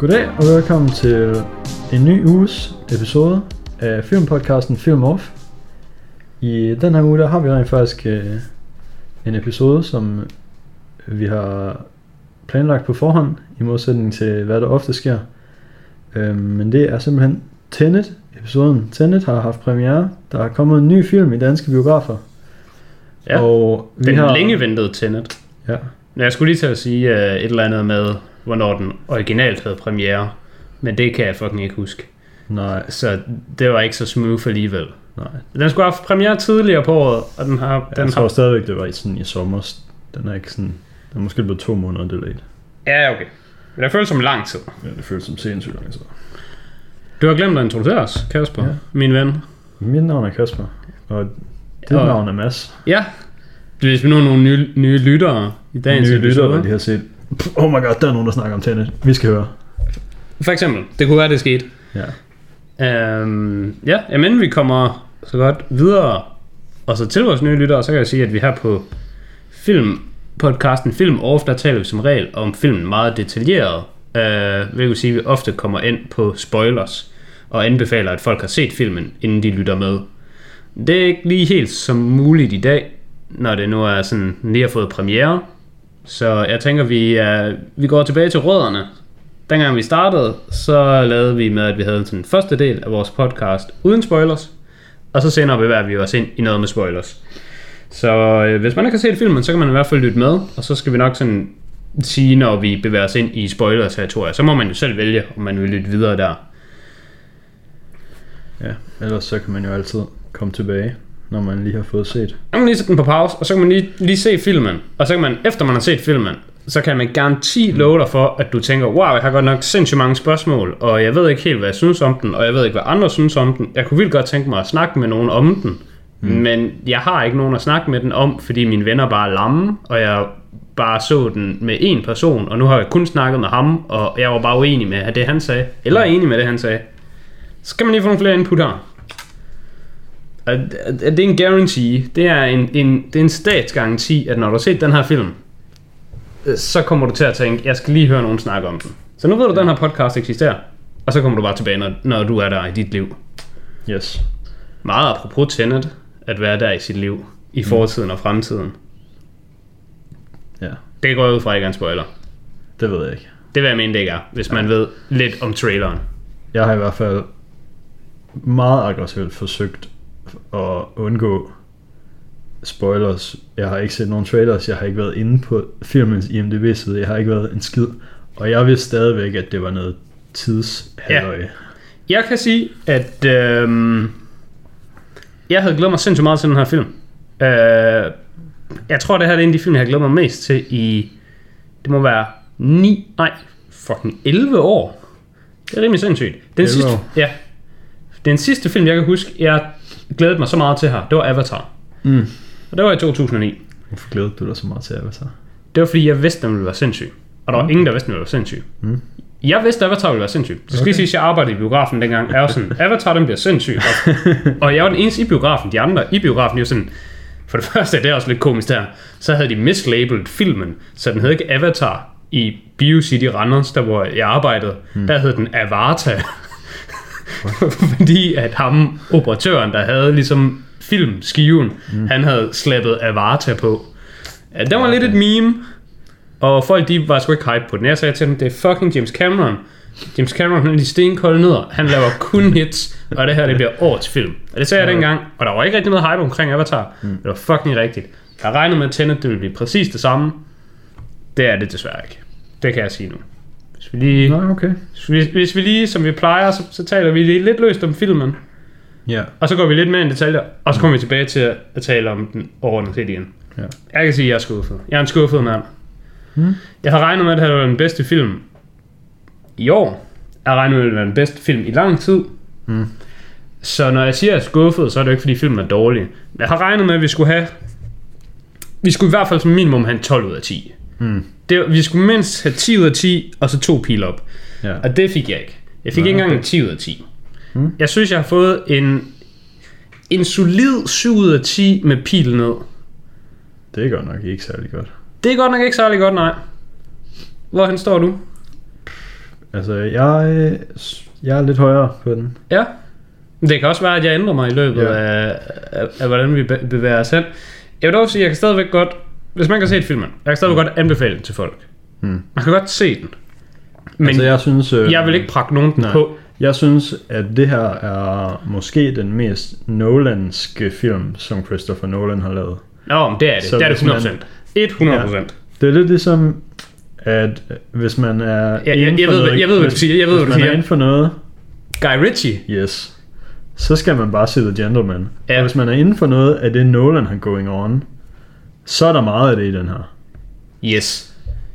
Goddag og velkommen til en ny uges episode af filmpodcasten Film Off. I den her uge der har vi rent faktisk en episode, som vi har planlagt på forhånd, i modsætning til hvad der ofte sker. Men det er simpelthen Tenet-episoden. Tenet har haft premiere. Der er kommet en ny film i danske biografer. Ja, og den længe ventede Tenet. Ja. Jeg skulle lige til at sige et eller andet med, hvornår den originalt havde premiere, men det kan jeg fucking ikke huske. Nej. Så det var ikke så smooth alligevel. Nej. Den skulle have haft premiere tidligere på året, og den har... Jeg tror stadigvæk, det var sådan i sommer. Den er ikke sådan... Den er måske blevet 2 måneder delayed. Ja, okay. Men det føles som lang tid. Ja, det føles som sindssygt lang tid. Du har glemt at introducere os, Kasper, ja. Min ven. Mit navn er Kasper, og dit navn er Mads. Ja. Hvis vi nu er nogle nye lyttere i dagens episode. Nye lyttere, de har set, oh my god, der er nogen, der snakker om Tenet. Vi skal høre. For eksempel, det kunne være, det skete. Ja. Men vi kommer så godt videre, og så til vores nye lyttere, så kan jeg sige, at vi her på filmpodcasten Film Off, der taler vi som regel om filmen meget detaljeret. Hvilket sige, at vi ofte kommer ind på spoilers, og anbefaler, at folk har set filmen, inden de lytter med. Det er ikke lige helt som muligt i dag, når det nu er sådan, lige har fået premiere. Så jeg tænker, vi går tilbage til rødderne. Dengang vi startede, så lavede vi med, at vi havde den første del af vores podcast uden spoilers. Og så senere bevæger vi os ind i noget med spoilers. Så hvis man ikke har set filmen, så kan man i hvert fald lytte med. Og så skal vi nok sådan sige, når vi bevæger os ind i spoiler-territorier. Så må man jo selv vælge, om man vil lytte videre der. Ja, ellers så kan man jo altid komme tilbage, når man lige har fået set. Så kan man lige sætte den på pause, og så kan man lige se filmen. Og så kan man, efter man har set filmen, så kan man garanti love dig for, at du tænker, wow, jeg har godt nok sindssygt mange spørgsmål, og jeg ved ikke helt, hvad jeg synes om den, og jeg ved ikke, hvad andre synes om den. Jeg kunne vildt godt tænke mig at snakke med nogen om den, men jeg har ikke nogen at snakke med den om, fordi mine venner bare er lamme, og jeg bare så den med en person, og nu har jeg kun snakket med ham, og jeg var bare uenig med det, han sagde, eller enig med det, han sagde. Så kan man lige få nogle flere input her. Det er en guarantee. Det er en statsgaranti, at når du har set den her film, så kommer du til at tænke, jeg skal lige høre nogen snakke om den. Så nu ved du, at den her podcast eksisterer, og så kommer du bare tilbage, når du er der i dit liv. Yes. Meget apropos Tenet, at være der i sit liv, i fortiden og fremtiden. Ja. Det går ud fra, ikke en spoiler. Det ved jeg ikke. Det vil jeg mene, det ikke er, hvis man ved lidt om traileren. Jeg har i hvert fald meget aggressivt forsøgt at undgå spoilers. Jeg har ikke set nogen trailers. Jeg har ikke været inde på filmens IMDb-side. Jeg har ikke været en skid. Og jeg vidste stadigvæk, at det var noget tidshalløje. Ja. Jeg kan sige, at jeg havde glædet mig sindssygt meget til den her film. Jeg tror, det her er en af de film, jeg har glædet mig mest til i... Det må være 11 år. Det er rimelig sindssygt. Den sidste film, jeg kan huske, jeg glædede mig så meget til her, det var Avatar. Og det var i 2009. Hvorfor glædede du dig så meget til Avatar? Det var fordi, jeg vidste, den ville være sindssyg. Og der var ingen, der vidste, den ville være sindssyg. Jeg vidste, at Avatar ville være sindssyg. Så skal jeg sige, at jeg arbejdede i biografen dengang. Jeg var sådan, Avatar, den bliver sindssyg. Og jeg var den eneste i biografen. De andre i biografen, de var sådan... For det første, det er også lidt komisk der. Så havde de mislabeled filmen, så den hed ikke Avatar i BioCity Randers, der hvor jeg arbejdede. Der hed den Avatar. Fordi at ham, operatøren, der havde ligesom filmskiven, han havde slappet Avatar på. Det var lidt et meme, og folk de var sgu ikke hype på den. Jeg sagde til dem, det er fucking James Cameron. James Cameron, han er de stenkolde nødder. Han laver kun hits, og det her, det bliver årets film. Og det sagde jeg dengang, og der var ikke rigtig noget hype omkring Avatar. Det var fucking rigtigt. Jeg regnede med, at Tenet, det ville blive præcis det samme. Det er det desværre ikke. Det kan jeg sige nu. Hvis vi lige, som vi plejer, så taler vi lidt løst om filmen. Ja. Og så går vi lidt mere i detaljer, og så kommer vi tilbage til at tale om den overordnet set igen. Ja. Jeg kan sige, at jeg er skuffet. Jeg er en skuffet mand. Jeg har regnet med, at det var den bedste film i år. Jeg har regnet med, at det var den bedste film i lang tid. Så når jeg siger, at jeg er skuffet, så er det ikke, fordi filmen er dårlig. Jeg har regnet med, at vi skulle i hvert fald som minimum have en 12 ud af 10. Vi skulle mindst have 10 ud af 10, og så 2 pil op. Ja. Og det fik jeg ikke. Jeg fik ikke engang en 10 ud af 10. Jeg synes, jeg har fået en solid 7 ud af 10 med pil ned. Det er godt nok ikke særlig godt. Det er godt nok ikke særlig godt, nej. Hvorhen står du? Altså, jeg er lidt højere på den. Ja. Det kan også være, at jeg ændrer mig i løbet af hvordan vi bevæger os hen. Jeg vil dog sige, at jeg kan stadigvæk godt, hvis man kan se et filmen, jeg kan stadigvæk godt anbefale den til folk. Man kan godt se den. Men altså, jeg synes, jeg vil ikke prakke nogen den på. Jeg synes, at det her er måske den mest Nolanske film, som Christopher Nolan har lavet. Nå, men det er det. Så det er det 100%. 100%. Ja, det er lidt ligesom, at hvis man er inden for noget, Guy Ritchie. Yes. Så skal man bare se The Gentleman. Ja. Og hvis man er inden for noget af det Nolan har going on, så er der meget af det i den her. Yes.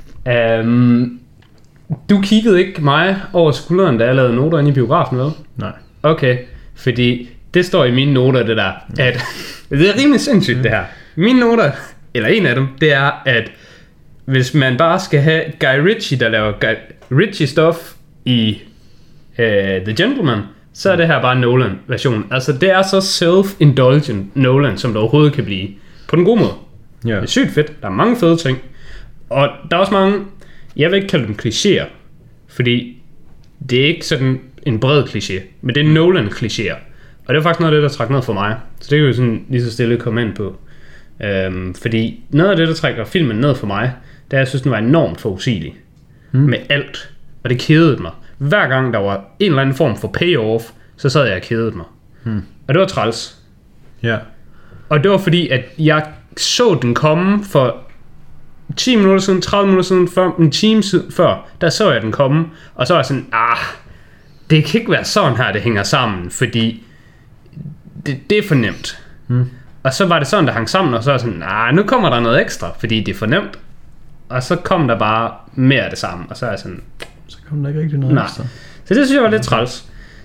Du kiggede ikke mig over skulderen, da jeg lavede noter inde i biografen, vel? Nej. Okay, fordi det står i mine noter, det der, at det er rimelig sindssygt det her. Mine noter, eller en af dem, det er, at hvis man bare skal have Guy Ritchie, der laver Guy Ritchie-stof i The Gentleman, så er det her bare Nolan-version. Altså, det er så self-indulgent Nolan, som det overhovedet kan blive. På den gode måde. Yeah. Det er sygt fedt. Der er mange fede ting. Og der er også mange, jeg vil ikke kalde dem klichéer, fordi det er ikke sådan en bred kliché, men det er Nolan-klichéer. Og det er faktisk noget af det, der trækker ned for mig. Så det kan vi sådan lige så stille komme ind på. Fordi noget af det, der trækker filmen ned for mig, det er, jeg synes, den var enormt forudsigelig. Med alt. Og det kedede mig. Hver gang der var en eller anden form for payoff, så sad jeg og kedede mig. Og det var træls. Ja. Og det var fordi, at jeg så den komme for 10 minutter siden, 30 minutter siden, en time siden før, der så jeg den komme, og så var jeg sådan, det kan ikke være sådan her, det hænger sammen, fordi det er for nemt. Og så var det sådan, der hang sammen, og så var jeg sådan, nu kommer der noget ekstra, fordi det er for nemt. Og så kom der bare mere af det samme, og så er jeg sådan, så kom der ikke rigtig noget ekstra. Så det synes jeg var lidt træls.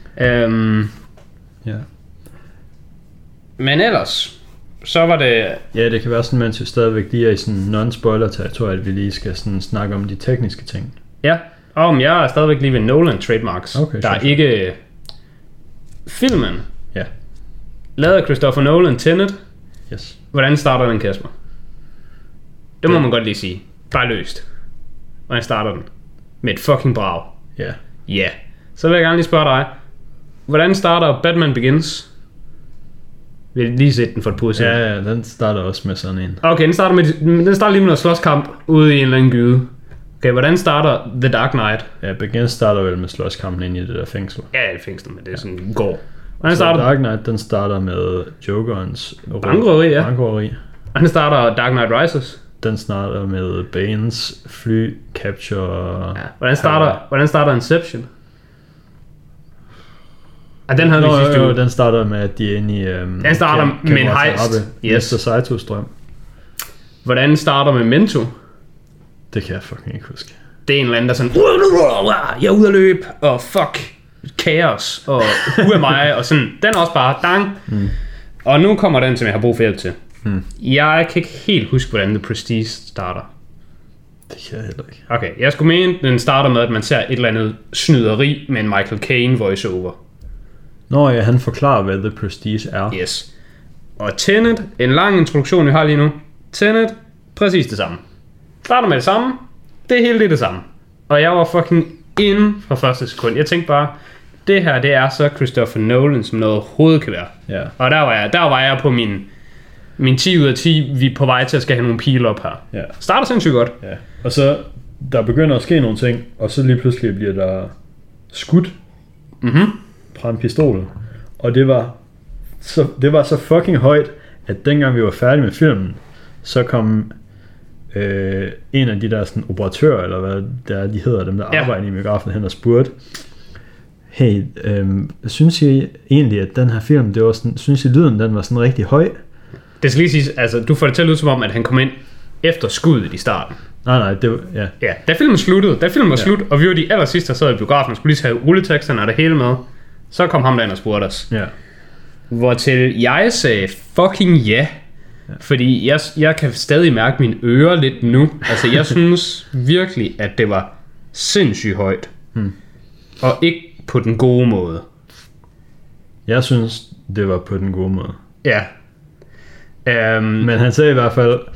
Ja. Men ellers, så var det... Ja, det kan være sådan, mens vi stadigvæk lige er i sådan non-spoiler-territoriet, at vi lige skal sådan snakke om de tekniske ting. Ja, men jeg er stadigvæk lige ved Nolan trademarks. Okay, der er ikke... Filmen. Ja. Lavet af Christopher Nolan, Tenet. Yes. Hvordan starter den, Kasper? Det må man godt lige sige. Bare løst. Hvordan starter den? Med et fucking brag. Ja. Ja. Så vil jeg gerne lige spørge dig. Hvordan starter Batman Begins? Vi har lige set den for et par siden. Ja, den starter også med sådan en. Okay, den starter lige med noget slåskamp ude i en eller anden gyde. Okay, hvordan starter The Dark Knight? Ja, Begins starter vel med slåskampen inde i det der fængsel. Ja, det fængsel, men det er sådan går. Hvordan starter Dark Knight, den starter med Jokerens bankrøveri, ja. Bankrøveri. Hvordan starter Dark Knight Rises? Den starter med Banes fly capture. Ja. Hvordan starter Inception? Den havde vi sidste uge. Den starter med, at de er inde i... den starter med en heist. Yes. Mr. Saitos drøm. Hvordan starter Memento? Det kan jeg fucking ikke huske. Det er en eller anden, der sådan... Jeg er ude at løbe, og fuck, kaos, og who am I, og sådan. Den er også bare dang. Og nu kommer den, som jeg har brug for hjælp til. Jeg kan ikke helt huske, hvordan The Prestige starter. Det kan jeg heller ikke. Okay, jeg skulle mene, den starter med, at man ser et eller andet snyderi med en Michael Caine voiceover. Nå ja, han forklarer, hvad The Prestige er. Yes. Og Tenet, en lang introduktion, vi har lige nu. Tenet, præcis det samme. Starter med det samme. Det hele det samme. Og jeg var fucking inden fra første sekund. Jeg tænkte bare, det her, det er så Christopher Nolan, som noget overhovedet kan være. Ja. Og der var jeg på min 10 ud af 10, vi er på vej til at skal have nogle pile op her. Ja. Starter sindssygt godt. Ja. Og så, der begynder at ske nogle ting, og så lige pludselig bliver der skudt fra en pistol. Og det var så fucking højt, at dengang vi var færdige med filmen, så kom en af de der sådan operatører, eller hvad der de hedder, dem der arbejder i biografen hen og spurgte, hey, synes I egentlig, at den her film, det var sådan, synes I lyden, den var sådan rigtig høj? Det skal lige siges, altså du får det til at lyde som om, at han kom ind efter skuddet i starten. Nej, det var, ja. Ja, da filmen var slut, og vi var de aller sidste, der sad i biografen og skulle lige tage rulleteksterne og det hele med, så kom ham der ind og spurgte os. Ja. Hvortil jeg sagde fucking ja. Fordi jeg kan stadig mærke mine ører lidt nu. Altså jeg synes virkelig, at det var sindssygt højt. Og ikke på den gode måde. Jeg synes, det var på den gode måde. Ja. Men han sagde i hvert fald,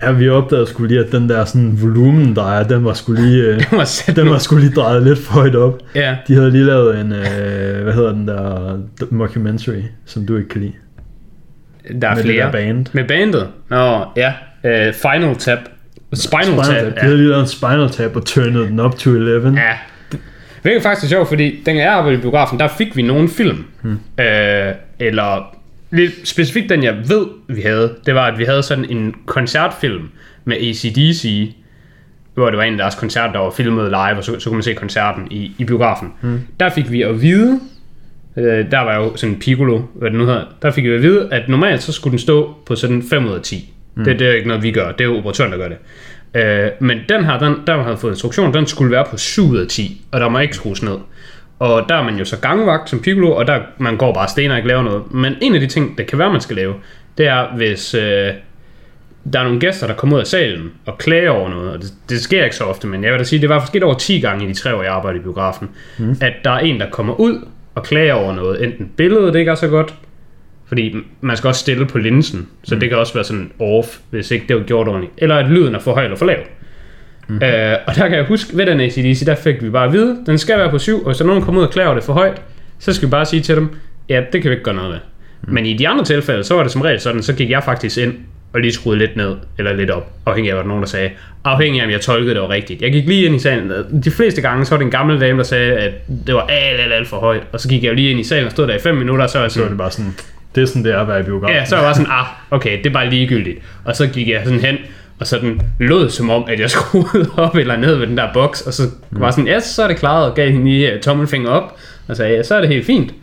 Ja, vi opdagede sgu lige, at den der sådan volumen, der er, den var sgu lige, den var sgu lige drejet lidt for højt op. Ja. De havde lige lavet en, hvad hedder den der, mockumentary, som du ikke kan lide. Der er med flere. Det der band. Med bandet? Nå, ja. Spinal Tap. Spinal Tap. De havde lige lavet en Spinal Tap og turnet den op to 11. Ja. Det er faktisk sjovt, fordi dengang jeg arbejdede i biografen, der fik vi nogle film. Eller lidt specifikt den jeg ved vi havde, det var at vi havde sådan en koncertfilm med AC/DC, hvor det var en af deres koncerter, der var filmet live, og så kunne man se koncerten i biografen. Der fik vi at vide, der var jo sådan en piccolo, hvad det nu hedder, der fik vi at vide, at normalt så skulle den stå på sådan 5 ud af 10. Det er ikke noget vi gør, det er jo operatøren der gør det. Men den her, der havde fået instruktion, den skulle være på 7 ud af 10, og der må ikke skrues ned. Og der er man jo så gangvagt som piccolo, og der man går bare sten og ikke laver noget. Men en af de ting, der kan være, man skal lave, det er, hvis der er nogle gæster, der kommer ud af salen og klager over noget. Og det sker ikke så ofte, men jeg vil da sige, det var forskelligt over 10 gange i de 3 år, jeg arbejdede i biografen. At der er en, der kommer ud og klager over noget. Enten billedet ikke er så godt, fordi man skal også stille på linsen, så det kan også være sådan off, hvis ikke det var gjort ordentligt. Eller at lyden er for høj eller for lav. Og der kan jeg huske, ved den AC/DC, der fik vi bare at vide, den skal være på 7, og hvis der nogen kommer ud og klager det for højt, så skal vi bare sige til dem, ja, det kan vi ikke gøre noget ved. Men i de andre tilfælde, så var det som regel sådan, så gik jeg faktisk ind og lige skruede lidt ned, eller lidt op, afhængig af hvad der nogen der sagde. Afhængig af om jeg tolkede det var rigtigt. Jeg gik lige ind i salen, de fleste gange, så var det en gammel dame, der sagde, at det var alt for højt, og så gik jeg jo lige ind i salen og stod der i 5 minutter, og så var jeg sådan, så var det bare sådan, det er sådan det er at være i biografen. Ja, så var jeg bare sådan, okay, det er bare ligegyldigt. Og så gik jeg sådan hen, og sådan lød som om, at jeg skruede op eller ned ved den der boks, og så var sådan, ja, så er det klaret, og gav hende lige tommelfinger op, og sagde, ja, så er det helt fint.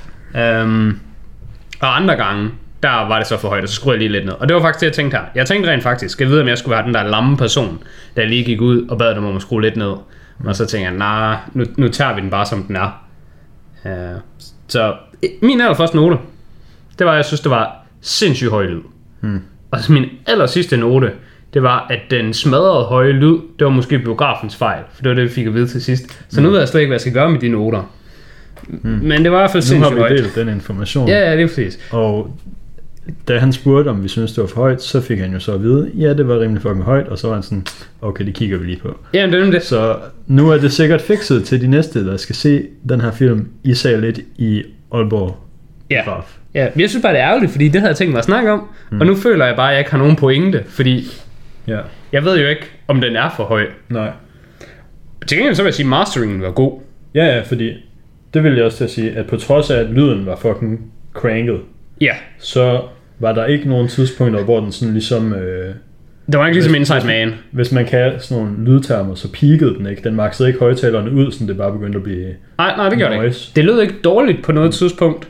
Og andre gange, der var det så for højt, og så skruede jeg lige lidt ned. Og det var faktisk det, jeg tænkte her. Jeg tænkte rent faktisk, jeg ved, om jeg skulle være den der lamme person, der lige gik ud og bad dem om at skrue lidt ned. Og så tænkte jeg, nu tager vi den bare, som den er. Så min allerførste note, det var, at jeg synes, det var sindssygt høj lyd. Og så min aller sidste note, det var, at den smadrede høje lyd, det var måske biografens fejl, for det var det, vi fik at vide til sidst. Så nu ved jeg slet ikke, hvad jeg skal gøre med de noter. Men det var i hvert fald sindssygt højt. Nu har vi delt den information. Ja, det er præcis. Og da han spurgte, om vi synes det var for højt, så fik han jo så at vide, ja, det var rimelig fucking højt, og så var han sådan, okay, det kigger vi lige på. Ja, det er det. Så nu er det sikkert fikset til de næste, der skal se den her film, især lidt i Aalborg. Ja, jeg synes bare, det er ærgerligt, fordi det havde jeg tænkt mig at snakke om, og nu føler jeg bare, at jeg ikke har nogen pointe, fordi jeg ved jo ikke, om den er for høj. Nej. Til gengæld så vil jeg sige, at masteringen var god. Ja, fordi det vil jeg også til at sige, at på trods af, at lyden var fucking cranket, så var der ikke nogen tidspunkter, hvor den sådan ligesom... det var ikke ligesom Inside Man. Hvis man kan sådan nogle lydtermer, så peakede den ikke. Den maxede ikke højtalerne ud, så det bare begyndte at blive... Nej, det gjorde det ikke. Det lød ikke dårligt på noget tidspunkt.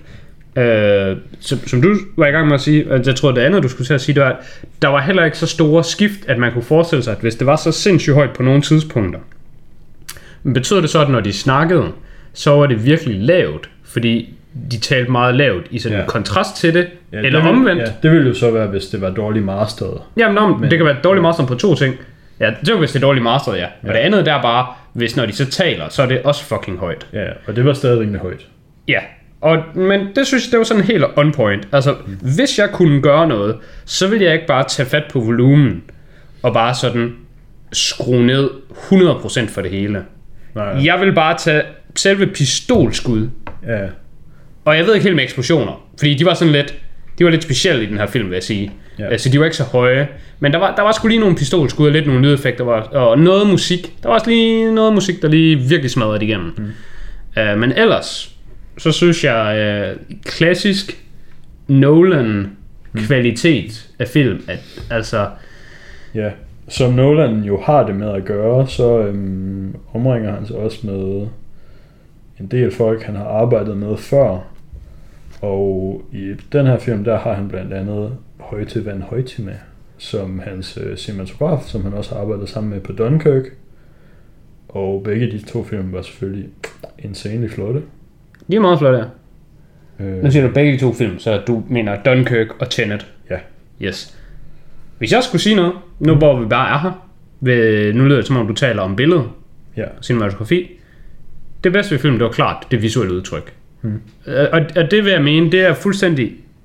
Som du var i gang med at sige, og jeg tror det andet du skulle til at sige, det var, at der var heller ikke så store skift, at man kunne forestille sig, at hvis det var så sindssygt højt på nogle tidspunkter, men betød det så, at når de snakkede, så var det virkelig lavt, fordi de talte meget lavt i sådan en kontrast til det, eller det omvendt. Ja, det ville jo så være, hvis det var dårligt masteret. Jamen, det kan være dårligt masteret på 2 ting. Ja, det er jo, hvis det er dårligt masteret, ja. Og det andet der bare, hvis når de så taler, så er det også fucking højt. Ja, og det var stadig rimelig højt. Ja. Men det synes jeg, det var sådan helt on point. Altså, hvis jeg kunne gøre noget, så ville jeg ikke bare tage fat på volumen og bare sådan skrue ned 100% for det hele. Nej. Jeg vil bare tage selve pistolskud. Ja. Og jeg ved ikke helt med eksplosioner, fordi de var lidt specielle i den her film, vil jeg sige. Ja. Altså, de var ikke så høje, men der var sgu lige nogle pistolskud og lidt nogle lydeffekter og noget musik. Der var også lige noget musik, der lige virkelig smadrede igennem. Men ellers så synes jeg klassisk Nolan kvalitet af film, at altså... Ja, som Nolan jo har det med at gøre, så omringer han sig også med en del folk, han har arbejdet med før. Og i den her film, der har han blandt andet Hoyte van Hoytema som hans cinematograf, som han også har arbejdet sammen med på Dunkirk. Og begge de 2 film var selvfølgelig insanely flotte. De er meget flotte, ja. Nu siger du begge de 2 film, så du mener Dunkirk og Tenet. Ja. Yes. Hvis jeg skulle sige noget, nu hvor vi bare er her, nu lyder det som om du taler om billedet, cinematografi. Det bedste ved filmen, det var klart det visuelle udtryk. Og det vil jeg mene, det er fuldstændig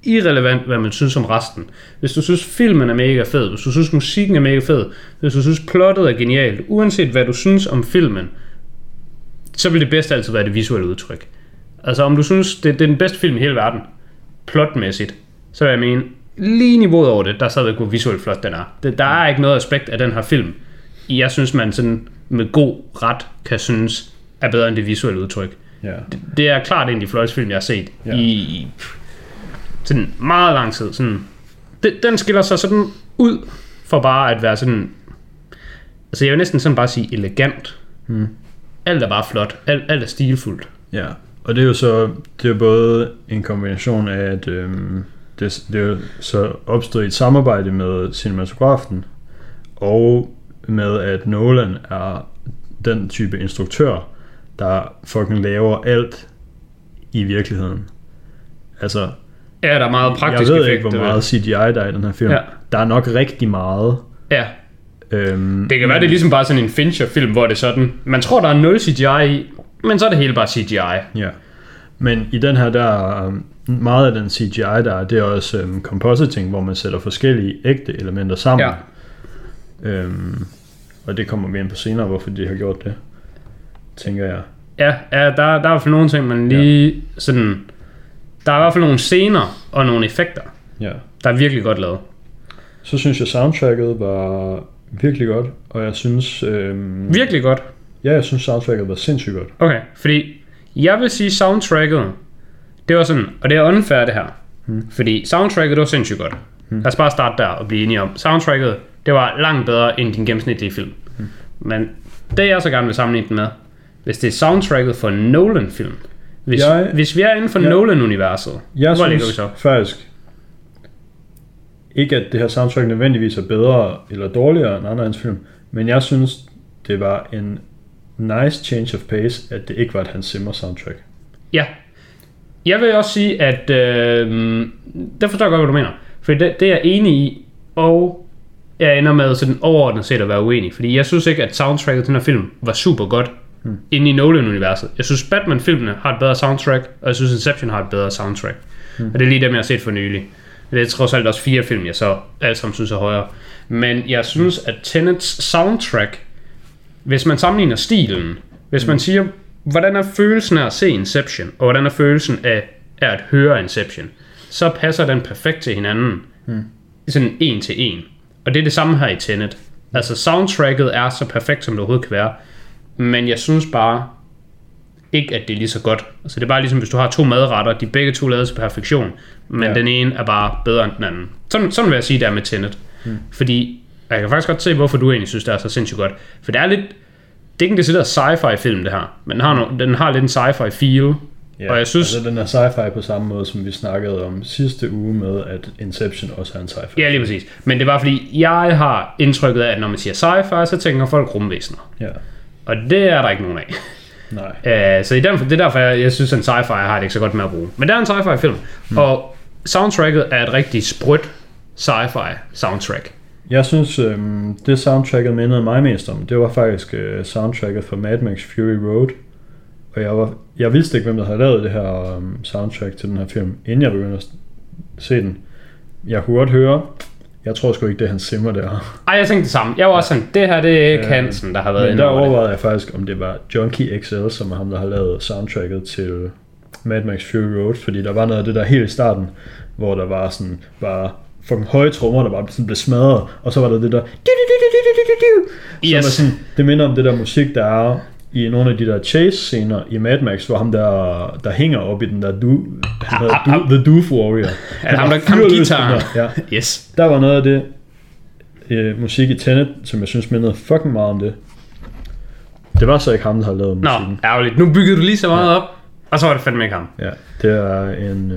irrelevant, hvad man synes om resten. Hvis du synes, filmen er mega fed, hvis du synes, musikken er mega fed, hvis du synes, plottet er genialt, uanset hvad du synes om filmen, så vil det bedste altid være det visuelle udtryk. Altså om du synes, det er den bedste film i hele verden, plotmæssigt, så vil jeg mene, lige niveauet over det, der er stadigvæk, hvor visuelt flot den er. Der er ikke noget aspekt af den her film, jeg synes, man sådan med god ret kan synes, er bedre end det visuelle udtryk. Ja. Det er klart en af de flotteste film, jeg har set i sådan meget lang tid. Sådan, den skiller sig sådan ud for bare at være sådan, altså jeg vil næsten sådan bare sige elegant. Alt er bare flot, alt er stilfuldt. Ja, og det er jo så, det er både en kombination af, at det er jo så opstået i et samarbejde med cinematografen, og med at Nolan er den type instruktør, der fucking laver alt i virkeligheden. Altså, ja, der er meget praktisk jeg ved ikke, hvor meget CGI der er i den her film. Ja. Der er nok rigtig meget. Ja. Det kan være, det er ligesom bare sådan en Fincher-film, hvor det er sådan, man tror, der er 0 CGI i, men så er det hele bare CGI. Ja. Men i den her, der er meget af den CGI, der er, det er også compositing, hvor man sætter forskellige ægte elementer sammen. Ja. Og det kommer vi ind på senere, hvorfor de har gjort det, tænker jeg. Ja, der er i hvert fald nogle ting, man lige sådan, der er i hvert fald nogle scener og nogle effekter, der er virkelig godt lavet. Så synes jeg, soundtracket var virkelig godt, og jeg synes... virkelig godt? Ja, jeg synes, soundtracket var sindssygt godt. Okay, fordi jeg vil sige, soundtracket, det var sådan, og det er unfair det her, fordi soundtracket, det var sindssygt godt. Lad os bare starte der og blive enige om. Soundtracket, det var langt bedre end din gennemsnitlige film. Men det jeg så gerne vil sammenligne den med, hvis det er soundtracket for en Nolan-film, hvis vi er inden for Nolan-universet, hvor ligger vi så? Faktisk ikke, at det her soundtrack nødvendigvis er bedre eller dårligere end andre hans film, men jeg synes, det var en nice change of pace, at det ikke var et Hans Zimmer soundtrack. Ja. Jeg vil også sige, at det forstår jeg godt, hvad du mener. For det er jeg enig i, og jeg ender med sådan overordnet set at være uenig, fordi jeg synes ikke, at soundtracket til den her film var super godt inde i Nolan-universet. Jeg synes, Batman-filmene har et bedre soundtrack, og jeg synes, Inception har et bedre soundtrack. Og det er lige dem, jeg har set for nylig. Det er trods alt også 4 film, jeg så alle sammen synes er højere. Men jeg synes, at Tenets soundtrack, hvis man sammenligner stilen, hvis man siger, hvordan er følelsen af at se Inception, og hvordan er følelsen af at høre Inception, så passer den perfekt til hinanden. Sådan 1 til 1. Og det er det samme her i Tenet. Altså soundtracket er så perfekt, som det overhovedet kan være. Men jeg synes bare ikke, at det er lige så godt. Altså det er bare ligesom, hvis du har 2 madretter, de begge 2 lavet til perfektion, men den ene er bare bedre end den anden. Sådan vil jeg sige, det er med Tenet. Fordi jeg kan faktisk godt se, hvorfor du egentlig synes, det er så sindssygt godt. For det er lidt, det er ikke en decideret sci-fi film det her, men den har lidt en sci-fi feel. Ja, og jeg synes, altså den er sci-fi på samme måde, som vi snakkede om sidste uge med, at Inception også er en sci-fi. Ja, lige præcis. Men det var fordi, jeg har indtrykket af, at når man siger sci-fi, så tænker folk rumvæsener. Ja. Og det er der ikke nogen af. Nej. Så det er derfor, jeg synes, at en sci-fi har det ikke så godt med at bruge. Men det er en sci-fi film, og soundtracket er et rigtig sprødt sci-fi soundtrack. Jeg synes, det soundtracket mindede mig mest om, det var faktisk soundtracket for Mad Max Fury Road. Og jeg vidste ikke, hvem der havde lavet det her soundtrack til den her film, inden jeg begyndte at se den. Jeg kunne godt høre, jeg tror sgu ikke, det er Hans Zimmer der. Ej, jeg tænkte det samme. Jeg var også sådan, det her, det er ikke Hansen, der har været inde over det. Men der overvejede jeg faktisk, om det var Junkie XL, som er ham, der har lavet soundtracket til Mad Max Fury Road. Fordi der var noget af det der helt i starten, hvor der var sådan bare fucking høje trommer, der bare sådan blev smadret. Og så var der det der som er sådan, det minder om det der musik, der er i nogle af de der chase-scener i Mad Max, hvor ham der hænger op i den der The Doof Warrior. Ham der guitaren. Ja. Yes. Der var noget af det musik i Tenet, som jeg synes mindede fucking meget om det. Det var så ikke ham, der havde lavet musikken. Nå, ærgerligt. Nu byggede du lige så meget op, og så var det fandme ikke ham. Ja, det er en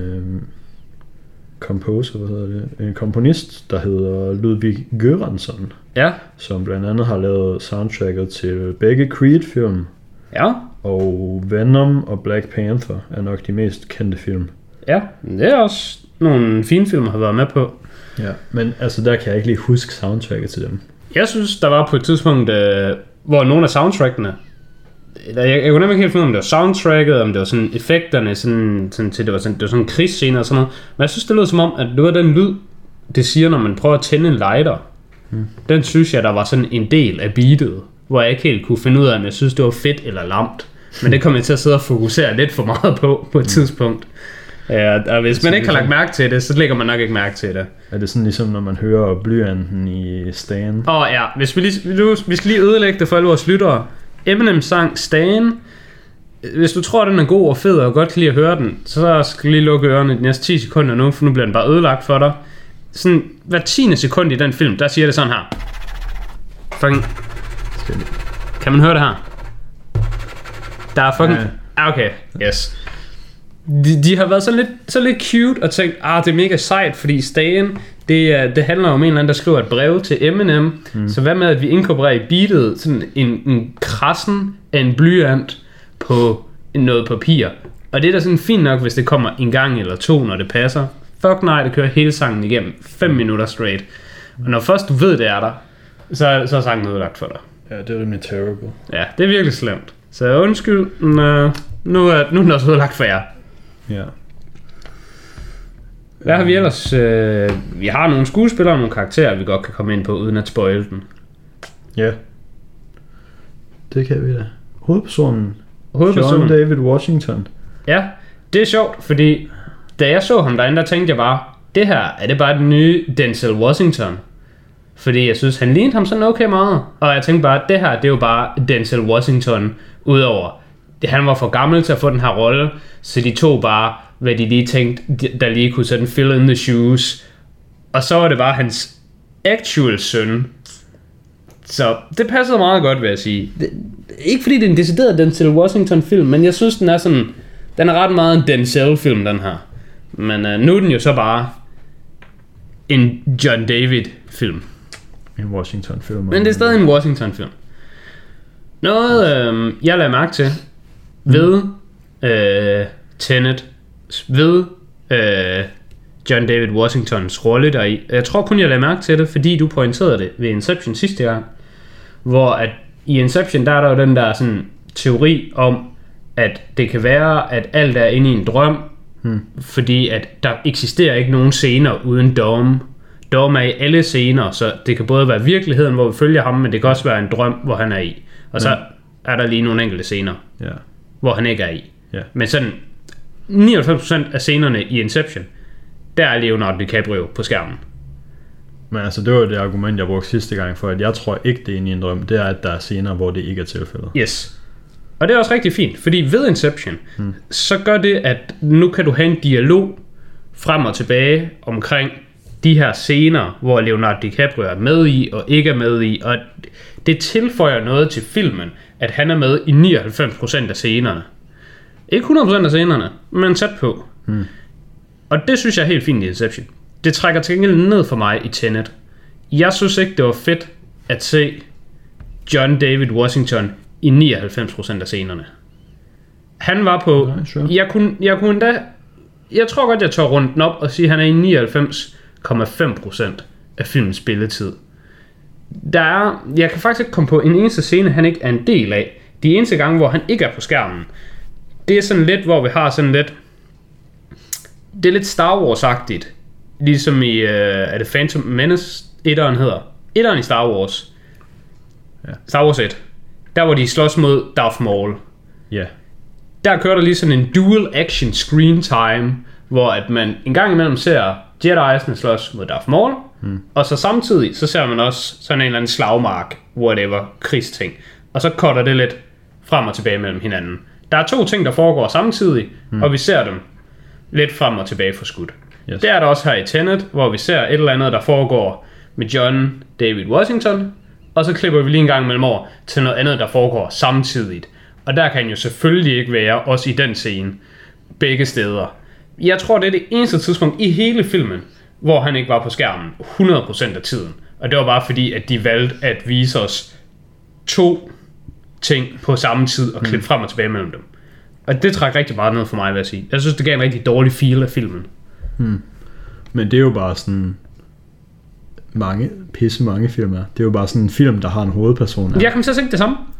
en komponist, der hedder Ludwig Göransson. Ja. Som blandt andet har lavet soundtracket til begge Creed-film. Ja. Og Venom og Black Panther er nok de mest kendte film. Ja, det er også nogle fine film, har været med på. Ja, men altså der kan jeg ikke lige huske soundtracket til dem. Jeg synes, der var på et tidspunkt, hvor nogle af soundtrackene, Jeg kunne nemlig ikke helt finde, om det var soundtracket, om det var sådan effekterne, sådan til det var sådan en krigsscene og sådan noget. Men jeg synes, det lød som om, at det var den lyd, det siger, når man prøver at tænde en lighter. Den synes jeg, der var sådan en del af beatet, hvor jeg ikke helt kunne finde ud af, om jeg synes, det var fedt eller lamt. Men det kom jeg til at sidde og fokusere lidt for meget på et tidspunkt. Og hvis man ikke har lagt mærke til det, så lægger man nok ikke mærke til det. Er det sådan ligesom, når man hører blyanten i Stan? Ja, vi skal lige ødelægge det for alle vores lyttere. Eminem sang Stan. Hvis du tror, den er god og fed og godt kan lide at høre den, så skal du lige lukke ørerne de næste 10 sekunder nu, for nu bliver den bare ødelagt for dig. Sådan hver 10. sekund i den film, der siger det sådan her. Fucking. Kan man høre det her? Der er fucking... Okay, yes. De har været så lidt cute og tænkt, det er mega sejt, fordi Stan, det handler om en eller anden, der skriver et brev til Eminem. Så hvad med, at vi inkorporerer i beatet sådan en krassen af en blyant på noget papir. Og det er da sådan fint nok, hvis det kommer en gang eller to, når det passer. Fuck nej, det kører hele sangen igennem 5 minutter straight. Og når først du ved, det er der, så er sangen ødelagt for dig. Ja, det er rimelig terrible. Ja, det er virkelig slemt. Så undskyld, nu er den også ødelagt for jer. Ja. Hvad har vi ellers? Vi har nogle skuespillere og nogle karakterer, vi godt kan komme ind på, uden at spoile den. Ja. Det kan vi da. Hovedpersonen. John David Washington. Ja, det er sjovt, fordi da jeg så ham derinde, der tænkte jeg bare, det her, er det bare den nye Denzel Washington? Fordi jeg synes, han lignede ham sådan okay meget. Og jeg tænkte bare, det her, det er jo bare Denzel Washington, udover han var for gammel til at få den her rolle, så de tog bare, hvad de lige tænkte, der lige kunne sådan fill in the shoes. Og så var det bare hans actual søn. Så det passede meget godt, vil jeg sige. Ikke fordi det er en decideret Denzel Washington film, men jeg synes, den er ret meget en Denzel film, den her. Men nu er den jo så bare en John David film. En Washington film. Men det er stadig en Washington film. Noget jeg lagde mærke til ved Tenet, ved John David Washingtons rolle deri. Jeg tror kun jeg lagde mærke til det, fordi du pointerede det ved Inception sidste gang. Hvor at i Inception, der er der jo den der sådan teori om, at det kan være, at alt er inde i en drøm, fordi at der eksisterer ikke nogen scener uden Dom. Dom er i alle scener, så det kan både være virkeligheden, hvor vi følger ham, men det kan også være en drøm, hvor han er i. Og så er der lige nogle enkelte scener, hvor han ikke er i. Men sådan 99% af scenerne i Inception, der er Leonardo DiCaprio på skærmen. Men altså, det var det argument, jeg brugte sidste gang, for at jeg tror ikke, det er inde i en drøm. Det er, at der er scener, hvor det ikke er tilfældet. Yes. Og det er også rigtig fint, fordi ved Inception, så gør det, at nu kan du have en dialog frem og tilbage omkring de her scener, hvor Leonardo DiCaprio er med i og ikke er med i, og det tilføjer noget til filmen, at han er med i 99% af scenerne. Ikke 100% af scenerne, men tæt på. Og det synes jeg er helt fint i Inception. Det trækker til gengæld ned for mig i Tenet. Jeg synes ikke, det var fedt at se John David Washington i 99% af scenerne. Han var på... Jeg kunne endda... Jeg tror godt, jeg tør rundt den op og sige, at han er i 99,5% af filmens spilletid. Jeg kan faktisk ikke komme på en eneste scene, han ikke er en del af. De eneste gange, hvor han ikke er på skærmen, det er sådan lidt, hvor vi har sådan lidt... Det er lidt Star Wars-agtigt. Ligesom i... er det Phantom Menace? Etteren hedder. Etteren i Star Wars. Ja. Star Wars 1. Der hvor de slås mod Darth Maul. Ja. Der kører der lige sådan en dual action screen time, hvor at man en gang imellem ser Jedi'sne slås mod Darth Maul, og så samtidig så ser man også sådan en eller anden slagmark, whatever, krigsting. Og så cutter det lidt frem og tilbage mellem hinanden. Der er 2 ting, der foregår samtidig, og vi ser dem lidt frem og tilbage for skud. Yes. Det er der også her i Tenet, hvor vi ser et eller andet, der foregår med John David Washington, og så klipper vi lige en gang mellem over til noget andet, der foregår samtidigt. Og der kan jo selvfølgelig ikke være, også i den scene, begge steder. Jeg tror, det er det eneste tidspunkt i hele filmen, hvor han ikke var på skærmen 100% af tiden. Og det var bare fordi, at de valgte at vise os 2 ting på samme tid og klippe frem og tilbage mellem dem. Og det trækker rigtig meget ned for mig, vil jeg sige. Jeg synes, det gav en rigtig dårlig feel af filmen. Men det er jo bare sådan... mange film er. Det er jo bare sådan en film, der har en hovedperson. Jeg kommer til at tænke det samme.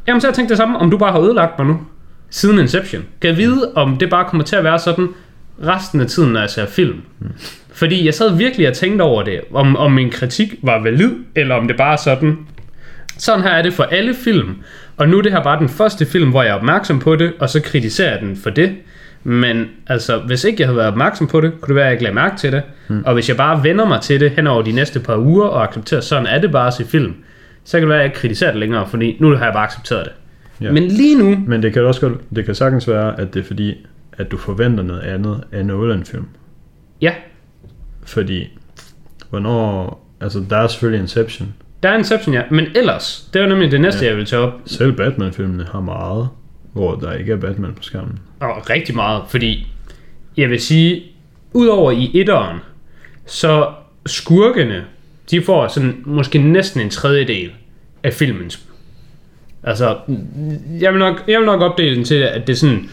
Jamen, så jeg tænkte det samme, om du bare har ødelagt mig nu, siden Inception. Kan jeg vide, om det bare kommer til at være sådan resten af tiden, når jeg ser film? Fordi jeg sad virkelig og tænkte over det, om min kritik var valid, eller om det bare er sådan. Sådan her er det for alle film. Og nu er det her bare den første film, hvor jeg er opmærksom på det, og så kritiserer jeg den for det. Men altså, hvis ikke jeg havde været opmærksom på det, kunne det være, at jeg ikke lagde mærke til det. Og hvis jeg bare vender mig til det hen over de næste par uger, og accepterer, sådan er det bare at se film, så kan det være, at jeg ikke kritiserer det længere, fordi nu har jeg bare accepteret det. Ja. Men lige nu... Men det kan også godt, det kan sagtens være, at det er fordi, at du forventer noget andet af Nolan-film. Ja. Fordi, hvornår... Altså, der er selvfølgelig Inception. Der er Inception, ja. Men ellers, det var nemlig det næste, jeg ville tage op. Selv Batman-filmene har meget, hvor der ikke er Batman på skærmen. Og rigtig meget, fordi jeg vil sige, udover i etteren, så skurkene, de får sådan måske næsten en tredjedel af filmens. Altså, jeg vil nok opdele den til, at det er sådan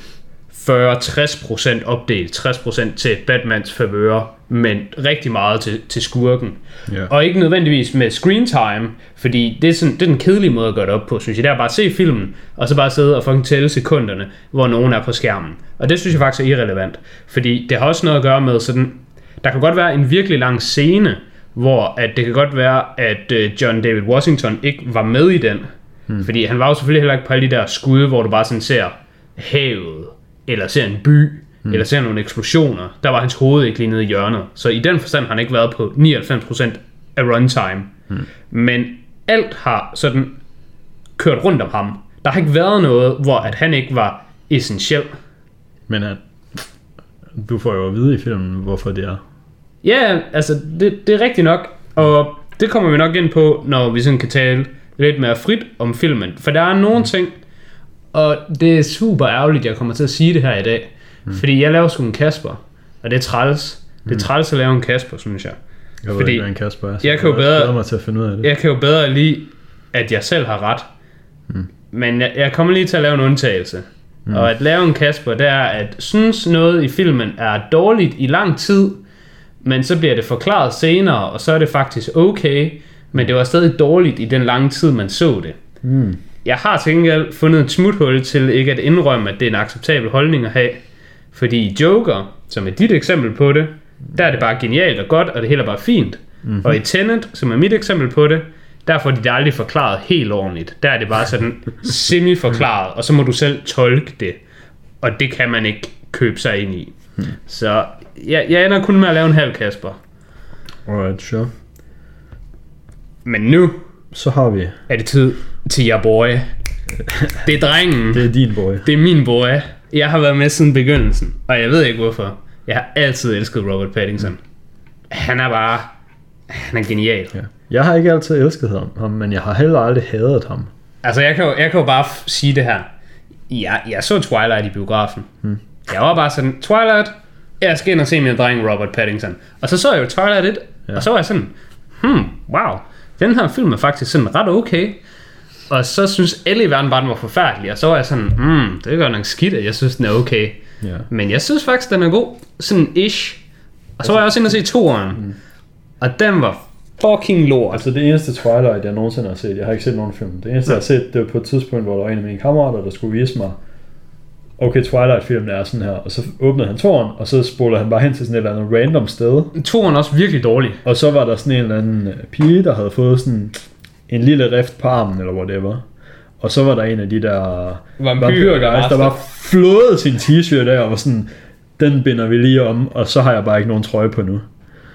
40-60% opdelt, 60% til Batmans favør, men rigtig meget til skurken. Yeah. Og ikke nødvendigvis med screen time, fordi det er den kedelige måde at gøre det op på, synes jeg. Det er bare at se filmen, og så bare sidde og fucking tælle sekunderne, hvor nogen er på skærmen. Og det synes jeg faktisk er irrelevant, fordi det har også noget at gøre med sådan, der kan godt være en virkelig lang scene, hvor at det kan godt være, at John David Washington ikke var med i den, fordi han var jo selvfølgelig heller ikke på alle de der skud, hvor du bare sådan ser havet, eller ser en by, eller ser nogle eksplosioner. Der var hans hoved ikke lige nede i hjørnet. Så i den forstand har han ikke været på 99% af runtime. Men alt har sådan kørt rundt om ham. Der har ikke været noget, hvor at han ikke var essentiel. Men du får jo at vide i filmen, hvorfor det er. Ja, altså det er rigtigt nok. Og det kommer vi nok ind på, når vi sådan kan tale lidt mere frit om filmen. For der er nogle ting, og det er super ærgerligt, jeg kommer til at sige det her i dag. Fordi jeg laver sgu en Kasper, og det er træls. Det er træls at lave en Kasper, synes jeg. Jeg ved ikke, hvad en Kasper er, så jeg kan jo bedre mig til at finde ud af det. Jeg kan jo bedre lide, at jeg selv har ret. Men jeg kommer lige til at lave en undtagelse. Og at lave en Kasper, det er at synes noget i filmen er dårligt i lang tid, men så bliver det forklaret senere, og så er det faktisk okay, men det var stadig dårligt i den lange tid, man så det. Jeg har til gengæld fundet et smuthul til ikke at indrømme, at det er en acceptabel holdning at have. Fordi i Joker, som er dit eksempel på det, der er det bare genialt og godt, og det hele er bare fint. Og i Tenet, som er mit eksempel på det, der får de det aldrig forklaret helt ordentligt. Der er det bare sådan semi-forklaret, og så må du selv tolke det. Og det kan man ikke købe sig ind i. Så jeg ender kun med at lave en halv Kasper. Alright, sure. Men nu så har vi er det tid til jer boy. Det er drengen. Det er din boy. Det er min boy. Jeg har været med siden begyndelsen, og jeg ved ikke hvorfor. Jeg har altid elsket Robert Pattinson. Han er genial. Ja. Jeg har ikke altid elsket ham, men jeg har heller aldrig hadet ham. Altså jeg kan jo bare sige det her. Jeg så Twilight i biografen. Jeg var bare sådan, Twilight, jeg skal ind og se min dreng Robert Pattinson. Og så jeg jo Twilight 1, og så var jeg sådan, wow, den her film er faktisk sådan ret okay. Og så synes alle i verden bare, den var forfærdelig. Og så var jeg sådan, det er godt nok skidt, at jeg synes, den er okay. Yeah. Men jeg synes faktisk, den er god. Sådan ish. Og så var jeg også inde og se toeren. Og den var fucking lort. Altså det eneste Twilight, jeg nogensinde har set, jeg har ikke set nogen film. Det eneste, jeg har set, det var på et tidspunkt, hvor der var en af mine kammerater, der skulle vise mig, okay, Twilight-filmen er sådan her. Og så åbnede han toeren, og så spolede han bare hen til sådan et eller andet random sted. Toeren er også virkelig dårlig. Og så var der sådan en eller anden pige, der havde fået sådan en lille rift på armen, eller whatever. Og så var der en af de der vampyrguys, der bare flåede sin t-shirt af, og var sådan, den binder vi lige om, og så har jeg bare ikke nogen trøje på nu.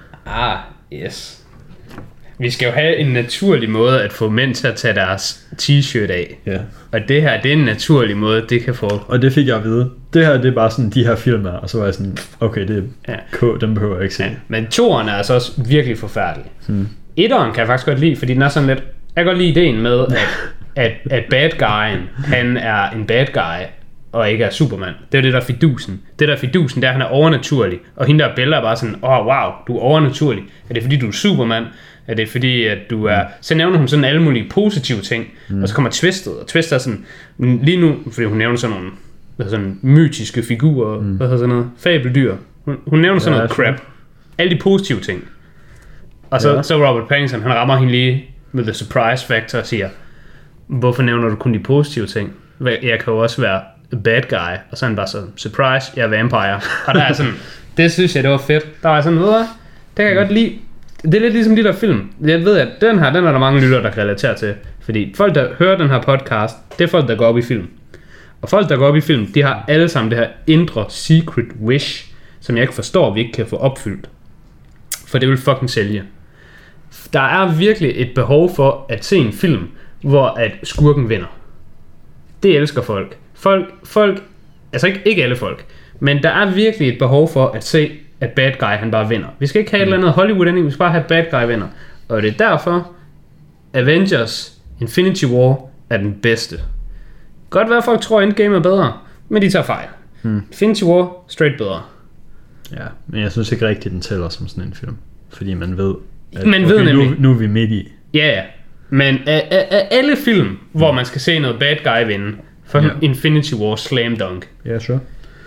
Yes. Vi skal jo have en naturlig måde at få mænd til at tage deres t-shirt af. Ja. Og det her, det er en naturlig måde, det kan få. Og det fik jeg at vide. Det her, det er bare sådan, de her film er, og så var jeg sådan, okay, det er dem behøver jeg ikke se. Ja. Men toeren er altså også virkelig forfærdelig. Etteren kan jeg faktisk godt lide, fordi den er sådan lidt, jeg kan godt lide ideen med, at bad guyen, han er en bad guy, og ikke er Superman. Det er det der fidusen. Det der fidusen, det er, han er overnaturlig. Og hende der Bella er bare sådan, wow, du er overnaturlig. Er det fordi, du er Superman? Er det fordi, at du er... Så nævner hun sådan alle mulige positive ting, og så kommer Twisted, og Twisted er sådan... Lige nu, fordi hun nævner sådan nogle sådan mytiske figurer, hvad hedder sådan noget, fabeldyr. Hun nævner sådan noget crap. Alle de positive ting. Og så Robert Pattinson, han rammer hende lige med the surprise factor og siger, hvorfor nævner du kun de positive ting? Jeg kan jo også være bad guy, og så er han bare sådan, surprise, jeg er vampire. Og der er sådan, det synes jeg, det var fedt. Der er sådan, ved du, det kan jeg godt lide. Det er lidt ligesom de der film. Jeg ved, at den er der mange lyttere, der kan relatere til. Fordi folk, der hører den her podcast, det er folk, der går op i film. Og folk, der går op i film, de har alle sammen det her indre secret wish, som jeg ikke forstår, vi ikke kan få opfyldt. For det vil fucking sælge. Der er virkelig et behov for at se en film, hvor at skurken vinder. Det elsker folk. Folk, altså ikke alle folk, men der er virkelig et behov for at se, at bad guy han bare vinder. Vi skal ikke have et eller andet Hollywood ending, vi skal bare have bad guy vinder. Og det er derfor, Avengers Infinity War er den bedste. Godt være, at folk tror, at Endgame er bedre, men de tager fejl. Infinity War, straight bedre. Ja, men jeg synes ikke rigtigt, den tæller som sådan en film. Fordi man ved, at nu er vi midt i. Ja. Men af alle film, hvor man skal se noget bad guy vinde, for Infinity War slam dunk. Ja, sure.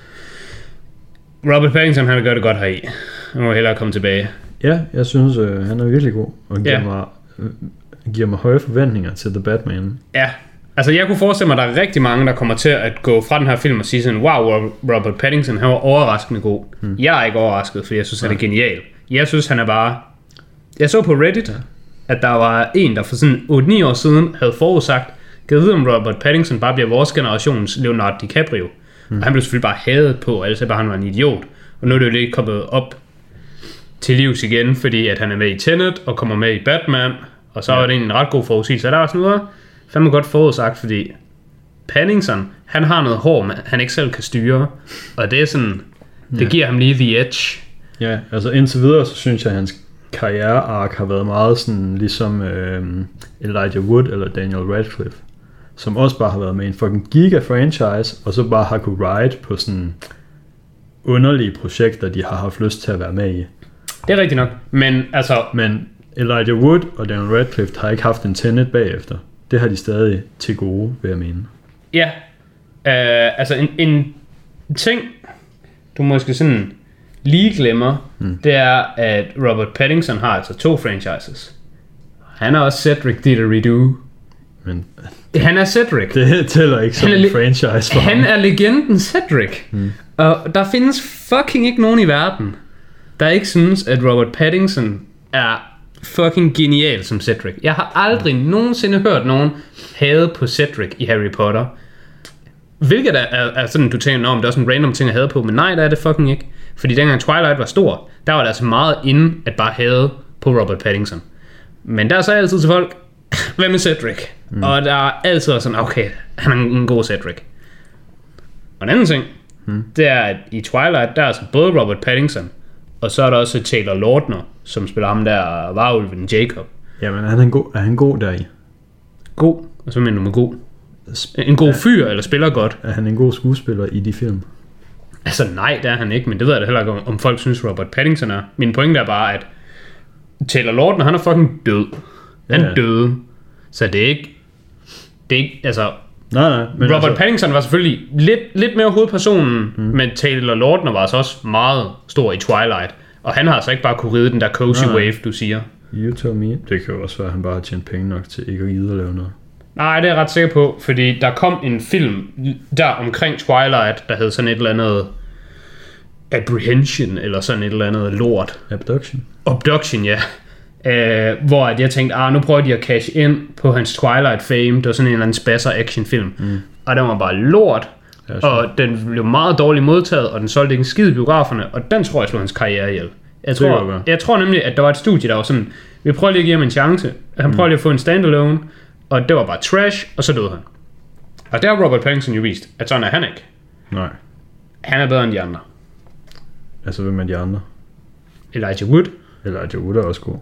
Robert Pattinson, han gør det godt heri. Han må hellere komme tilbage. Ja, jeg synes, han er virkelig god. Og giver mig høje forventninger til The Batman. Ja, altså jeg kunne forestille mig, at der er rigtig mange, der kommer til at gå fra den her film og sige sådan, wow, Robert Pattinson, han var overraskende god. Jeg er ikke overrasket, fordi jeg synes, han er genial. Jeg synes, han er bare... Jeg så på Reddit, at der var en, der for sådan 8-9 år siden havde forudsagt, kan vide, om Robert Pattinson bare bliver vores generations Leonardo DiCaprio. Og han blev selvfølgelig bare hadet på, altså bare han var en idiot. Og nu er det jo lige kommet op til livs igen, fordi at han er med i Tenet og kommer med i Batman. Og så er det en ret god forudsigelse. Der var sådan noget fandme godt forudsagt, fordi Pattinson, han har noget hår, han ikke selv kan styre. Og det er sådan, det giver ham lige the edge. Ja, altså indtil videre, så synes jeg, at hans karriereark har været meget sådan, ligesom Elijah Wood eller Daniel Radcliffe, som også bare har været med i en fucking giga-franchise, og så bare har kunne ride på sådan underlige projekter, de har haft lyst til at være med i. Det er rigtigt nok, men altså... Men Elijah Wood og Daniel Radcliffe har ikke haft en Tenet bagefter. Det har de stadig til gode, vil jeg mene. Ja, altså en ting, du måske sådan lige glemmer, det er, at Robert Pattinson har altså 2 franchises. Han er også Cedric Diggory-Doo. Men han er Cedric. Det tæller ikke som en franchise for han er legenden Cedric. Og der findes fucking ikke nogen i verden, der ikke synes, at Robert Pattinson er fucking genial som Cedric. Jeg har aldrig nogensinde hørt nogen hade på Cedric i Harry Potter. Hvilket er sådan, du tænker, om det er også en random ting at hade på, men nej, der er det fucking ikke. Fordi dengang Twilight var stor, der var det altså meget inde at bare hade på Robert Pattinson. Men der er så altid til folk, hvad med Cedric? Og der er altid sådan, okay, han er en god Cedric. Og en anden ting, det er, at i Twilight, der er altså både Robert Pattinson, og så er der også Taylor Lautner, som spiller ham der varulven Jacob. Jamen, er han god deri? God? Og så mener du med god? En god fyr, eller spiller godt? Er han en god skuespiller i de film? Altså nej, det er han ikke, men det ved jeg da heller ikke, om folk synes Robert Pattinson er. Min pointe er bare, at Taylor Lautner, han er fucking død. Han døde. Så det er ikke altså... Nej, men Robert Pattinson var selvfølgelig lidt mere hovedpersonen, men Taylor Lautner var altså også meget stor i Twilight. Og han har altså ikke bare kunne ride den der cozy wave, du siger. You tell me. Det kan jo også være, at han bare har tjent penge nok til ikke at gide at lave noget. Nej, det er jeg ret sikker på, fordi der kom en film der omkring Twilight, der hed sådan et eller andet Apprehension, eller sådan et eller andet lort. Abduction, ja. Hvor at jeg tænkte, nu prøver de at cash ind på hans Twilight fame. Det var sådan en eller anden spasser actionfilm. Og den var bare lort. Og den blev meget dårligt modtaget, og den solgte ikke en skid i biograferne, og den tror jeg slog hans karriere ihjel. Jeg tror nemlig, at der var et studie, der var sådan, vi prøver lige at give ham en chance. Han prøver lige at få en standalone, og det var bare trash, og så døde han. Og der har Robert Pattinson jo vist, at sådan er han ikke. Nej. Han er bedre end de andre. Altså, hvem er de andre? Elijah Wood. Elijah Wood er også god.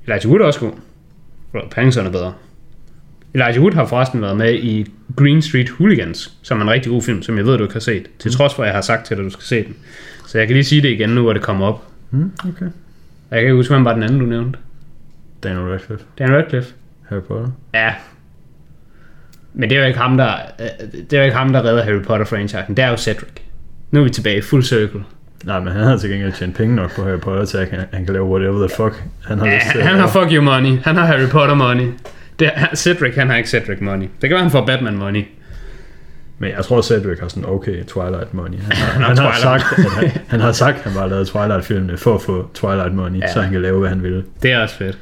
Robert Pattinson er bedre. Elijah Wood har forresten været med i Green Street Hooligans, som er en rigtig god film, som jeg ved, du ikke har set. Til trods for, at jeg har sagt til dig, at du skal se den. Så jeg kan lige sige det igen nu, hvor det kommer op. Okay. Jeg kan ikke huske, hvem var den anden, du nævnte. Daniel Radcliffe. Harry Potter. Ja. Men det er jo ikke ham, der redder Harry Potter-franchisen. Det er jo Cedric. Nu er vi tilbage i full circle. Nej, men han har til gengæld tjent penge nok på Harry Potter, til at han kan lave whatever the fuck han har lyst til. Han har fuck you money. Han har Harry Potter money. Cedric, han har ikke Cedric money. Det kan være, han får Batman money. Men jeg tror, Cedric har sådan okay Twilight money. Han har sagt, at han bare lavede Twilight-filmene for at få Twilight money, så han kan lave, hvad han vil. Det er også fedt.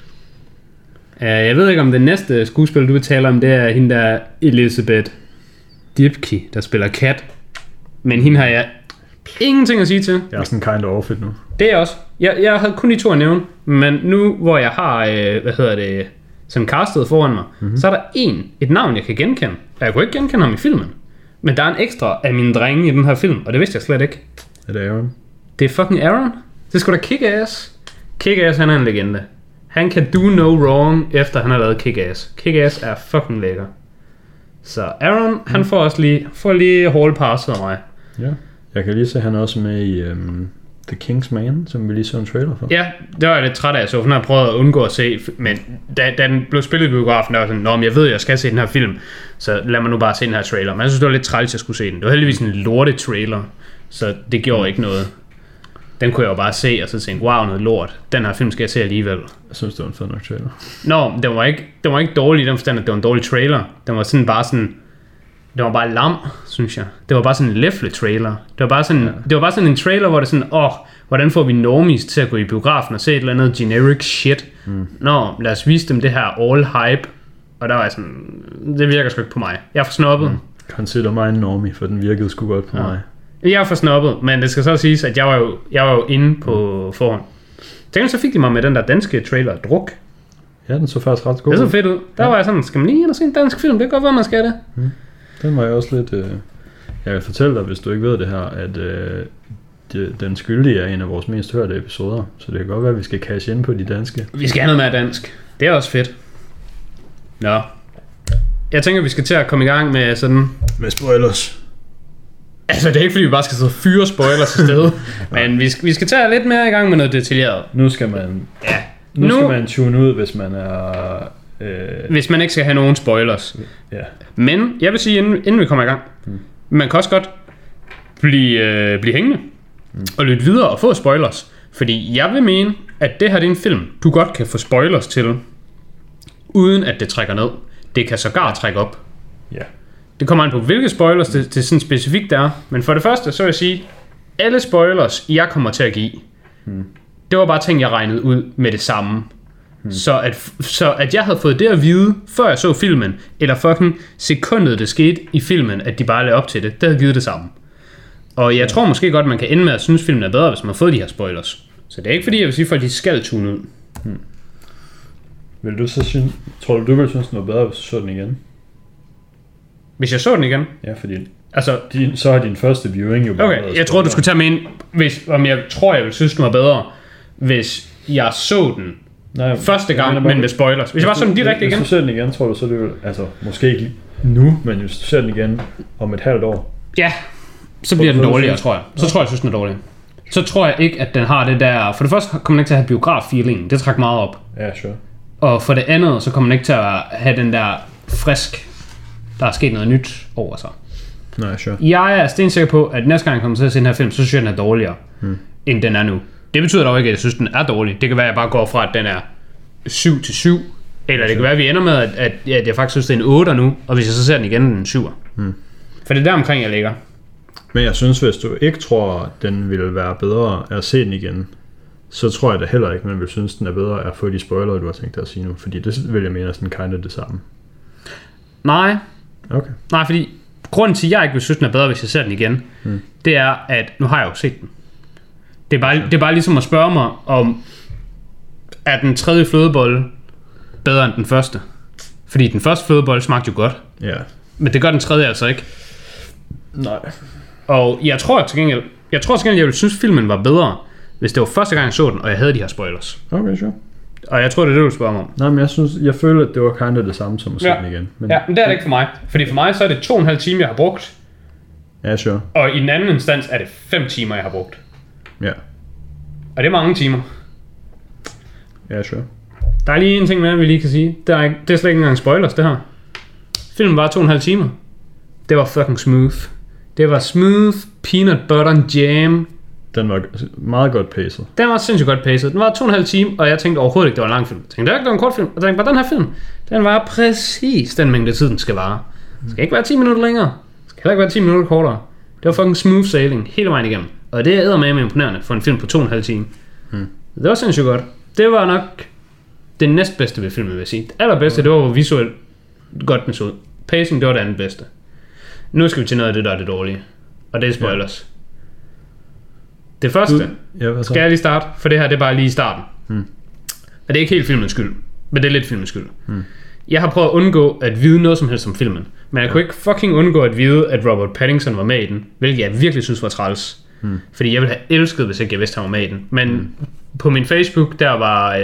Jeg ved ikke, om den næste skuespiller, du vil tale om, det er hende der Elizabeth Debicki, der spiller Kat. Men hende har jeg ingenting at sige til. Jeg er sådan kind of off it nu. Det er også. Jeg havde kun de 2 at nævne, men nu hvor jeg har, sådan castet foran mig, så er der et navn, jeg kan genkende. Jeg kunne ikke genkende ham i filmen. Men der er en ekstra af mine drenge i den her film, og det vidste jeg slet ikke. Er det Aaron? Det er fucking Aaron. Det er sgu da Kick-Ass. Kick-Ass, han er en legende. Han kan do no wrong, efter han har lavet Kick-Ass. Kick-Ass er fucking lækker. Så Aaron, han får lige hallpasset af mig. Ja, jeg kan lige se, han er også med i The King's Man, som vi lige så en trailer for. Ja, det var jeg lidt træt af, så han har prøvet at undgå at se, men da den blev spillet i biografen, der var sådan, men jeg ved, jeg skal se den her film, så lad mig nu bare se den her trailer. Men jeg synes, det var lidt træls, at jeg skulle se den. Det var heldigvis en lorte trailer, så det gjorde ikke noget. Den kunne jeg jo bare se, og så tænke, wow, noget lort. Den her film skal jeg se alligevel. Jeg synes, det var en fed nok trailer. Den var ikke dårlig i den forstand, at det var en dårlig trailer. Den var sådan bare sådan, det var bare lam, synes jeg. Det var bare sådan en læfle trailer. Det var bare sådan en trailer, hvor det sådan, hvordan får vi normies til at gå i biografen og se et eller andet generic shit? Lad os vise dem det her all hype. Og der var jeg sådan, det virker sgu ikke på mig. Jeg er for snobbet. Consider mig en normie, for den virkede sgu godt på mig. Jeg er for snobbet, men det skal så siges, at jeg var jo inde på forhånd. Tænk, så fik de mig med den der danske trailer, Druk. Ja, den så faktisk ret god. Det så fedt ud. Der var jeg sådan, skal man lige ind og se en dansk film? Det kan godt være, man skal det. Den var jeg også lidt... Jeg kan fortælle dig, hvis du ikke ved det her, at den skyldige er en af vores mest hørte episoder. Så det kan godt være, at vi skal cash ind på de danske. Vi skal have noget mere dansk. Det er også fedt. Nå. Jeg tænker, vi skal til at komme i gang med sådan... Med spoilers. Altså, det er ikke fordi, vi bare skal sidde og fyre spoilers i stedet. Men vi skal tage lidt mere i gang med noget detaljeret. Nu skal man... Ja. Nu skal man tune ud, hvis man er... Hvis man ikke skal have nogen spoilers. Ja. Men jeg vil sige, inden vi kommer i gang, man kan også godt blive hængende og lytte videre og få spoilers. Fordi jeg vil mene, at det her det er en film, du godt kan få spoilers til, uden at det trækker ned. Det kan sågar trække op. Ja. Det kommer an på, hvilke spoilers det sådan specifikt der er. Men for det første, så vil jeg sige, alle spoilers, jeg kommer til at give, det var bare ting, jeg regnede ud med det samme. Så at jeg havde fået det at vide, før jeg så filmen, eller fucking sekundet det skete i filmen, at de bare lagde op til det, det havde givet det samme. Og jeg tror måske godt, man kan ende med at synes, filmen er bedre, hvis man har fået de her spoilers. Så det er ikke fordi, jeg vil sige, at folk de skal tune ud. Vil du så synes, tror du vil synes, den var bedre, hvis du så den igen? Hvis jeg så den igen? Ja, fordi altså, så er din første viewing jo bare... Okay, jeg tror, du skulle tage mig ind, om jeg tror, jeg ville synes, den var bedre, hvis jeg så den første gang, men med spoilers. Hvis jeg var sådan direkte igen. Hvis du ser den igen, tror du så, det vil... Altså, måske ikke nu, men hvis du ser den igen om et halvt år... Ja, så bliver den dårligere, tror jeg. Så tror jeg, synes, den er dårlig. Så tror jeg ikke, at den har det der... For det første kommer den ikke til at have biograf-feeling. Det trækker meget op. Ja, sure. Og for det andet, så kommer den ikke til at have den der frisk... Der er sket noget nyt over sig. Nej, sure. Jeg er stensikker på, at næste gang jeg kommer til at se den her film, så synes jeg, den er dårligere, end den er nu. Det betyder dog ikke, at jeg synes, den er dårlig. Det kan være, at jeg bare går fra, at den er 7-7. Eller det kan være, at vi ender med, at jeg faktisk synes, det er en 8 nu. Og hvis jeg så ser den igen, den er en 7. For det er der omkring, jeg ligger. Men jeg synes, hvis du ikke tror, den ville være bedre at se den igen, så tror jeg da heller ikke, man vil synes, den er bedre at få de spoilere, du har tænkt dig at sige nu. Fordi det vil jeg mene sådan kind of det samme. Nej. Okay. Nej, fordi grunden til, at jeg ikke vil synes, den er bedre, hvis jeg ser den igen, det er, at nu har jeg jo set den. Det er bare ligesom at spørge mig, om er den tredje flødebolle bedre end den første? Fordi den første flødebolle smagte jo godt. Ja. Yeah. Men det gør den tredje altså ikke. Nej. Og jeg tror til gengæld, jeg ville synes, filmen var bedre, hvis det var første gang, jeg så den, og jeg havde de her spoilers. Okay, sure. Og jeg tror, det er det, du spørger mig om. Nej, men jeg føler, at det var kind of det samme som at se den igen. Men det er det ikke for mig. Fordi for mig, så er det 2,5 timer, jeg har brugt. Ja, sure. Og i den anden instans er det 5 timer, jeg har brugt. Ja. Og det er mange timer. Ja, sure. Der er lige en ting mere, vi lige kan sige. Det er slet ikke engang spoilers, det her. Filmen var 2,5 timer. Det var fucking smooth. Det var smooth peanut butter and jam Den var meget godt paced. Den var sindssygt godt paced. Den var 2,5 timer, og jeg tænkte overhovedet ikke, det var en lang film. Jeg tænkte, det var en kort film. Og jeg tænkte, bare den her film, den var præcis den mængde tid, den skal vare. Det skal ikke være 10 minutter længere. Det skal heller ikke være 10 minutter kortere. Det var fucking smooth sailing hele vejen igennem. Og det er eddermame imponerende for en film på 2,5 timer. Det var sindssygt godt. Det var nok det næstbedste ved filmen, vil jeg sige. Det allerbedste, det var, hvor visuelt godt den så ud. Pacing, det var det andet bedste. Nu skal vi til noget af det, der er det dårlige. Og det er spoilers. Det første skal jeg lige starte, for det her det er bare lige i starten. Og det er ikke helt filmens skyld, men det er lidt filmens skyld. Jeg har prøvet at undgå at vide noget som helst om filmen, men jeg kunne ikke fucking undgå at vide, at Robert Pattinson var med i den, hvilket jeg virkelig synes var træls. Fordi jeg ville have elsket, hvis ikke jeg vidste, han var med i den. Men på min Facebook, der var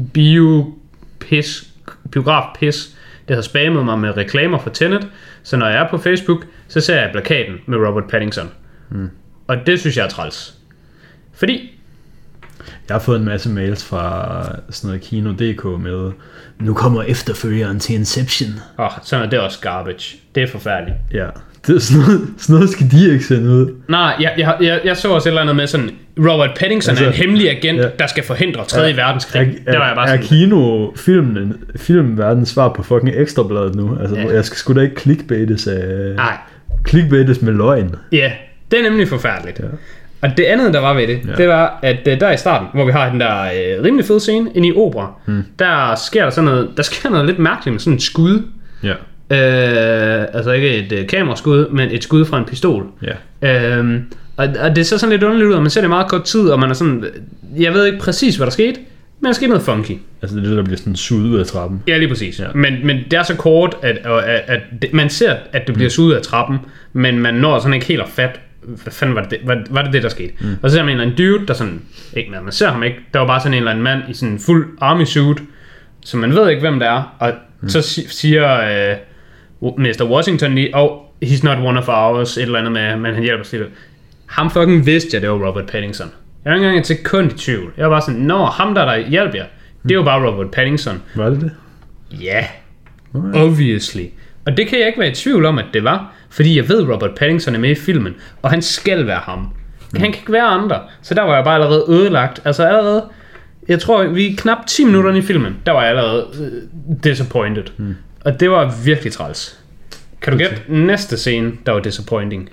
biograf-pis, det har spammet mig med reklamer for Tenet, så når jeg er på Facebook, så ser jeg plakaten med Robert Pattinson. Og det synes jeg er træls. Fordi jeg har fået en masse mails fra sådan noget Kino.dk med, nu kommer efterfølgeren til Inception. Sådan er det også garbage. Det er forfærdeligt. Ja, det er sådan noget skal de ikke sende ud. Nej, jeg så også et eller andet med sådan, Robert Pattinson er en hemmelig agent, der skal forhindre 3. verdenskrig. Det var jeg bare sådan. Er filmverdens svar på fucking Ekstrabladet nu? Altså, jeg skal sgu da ikke clickbaites med løgn. Ja, det er nemlig forfærdeligt. Ja. Og det andet, der var ved det, det var, at der i starten, hvor vi har den der rimelig fede scene inde i opera, der sker noget lidt mærkeligt med sådan et skud. Ja. Altså ikke et kameraskud, men et skud fra en pistol. Ja. Og det ser sådan lidt underligt ud, og man ser det meget kort tid, og man er sådan, jeg ved ikke præcis, hvad der skete, men der skete noget funky. Altså det er det, der bliver sådan suget ud af trappen. Ja, lige præcis. Ja. Men det er så kort, at man ser, at det bliver suget af trappen, men man når sådan ikke helt at fat. Hvad fanden var det der skete? Og så ser man en dude, der sådan, ikke man ser ham ikke, der var bare sådan en eller anden mand i sådan en fuld army suit, så man ved ikke, hvem det er, og så siger Mr. Washington lige, he's not one of ours, et eller andet med, men han hjælper sig. Ham fucking vidste jeg, det var Robert Pattinson. Jeg var ikke engang et sekund i tvivl. Jeg var bare sådan, ham der hjælper jer, det var bare Robert Pattinson. Var det det? Ja, obviously. Og det kan jeg ikke være i tvivl om, at det var, fordi jeg ved, Robert Pattinson er med i filmen, og han skal være ham. Han kan ikke være andre. Så der var jeg bare allerede ødelagt. Altså allerede, jeg tror, vi er knap 10 minutter i filmen, der var jeg allerede disappointed. Og det var virkelig træls. Kan du gætte næste scene, der var disappointing?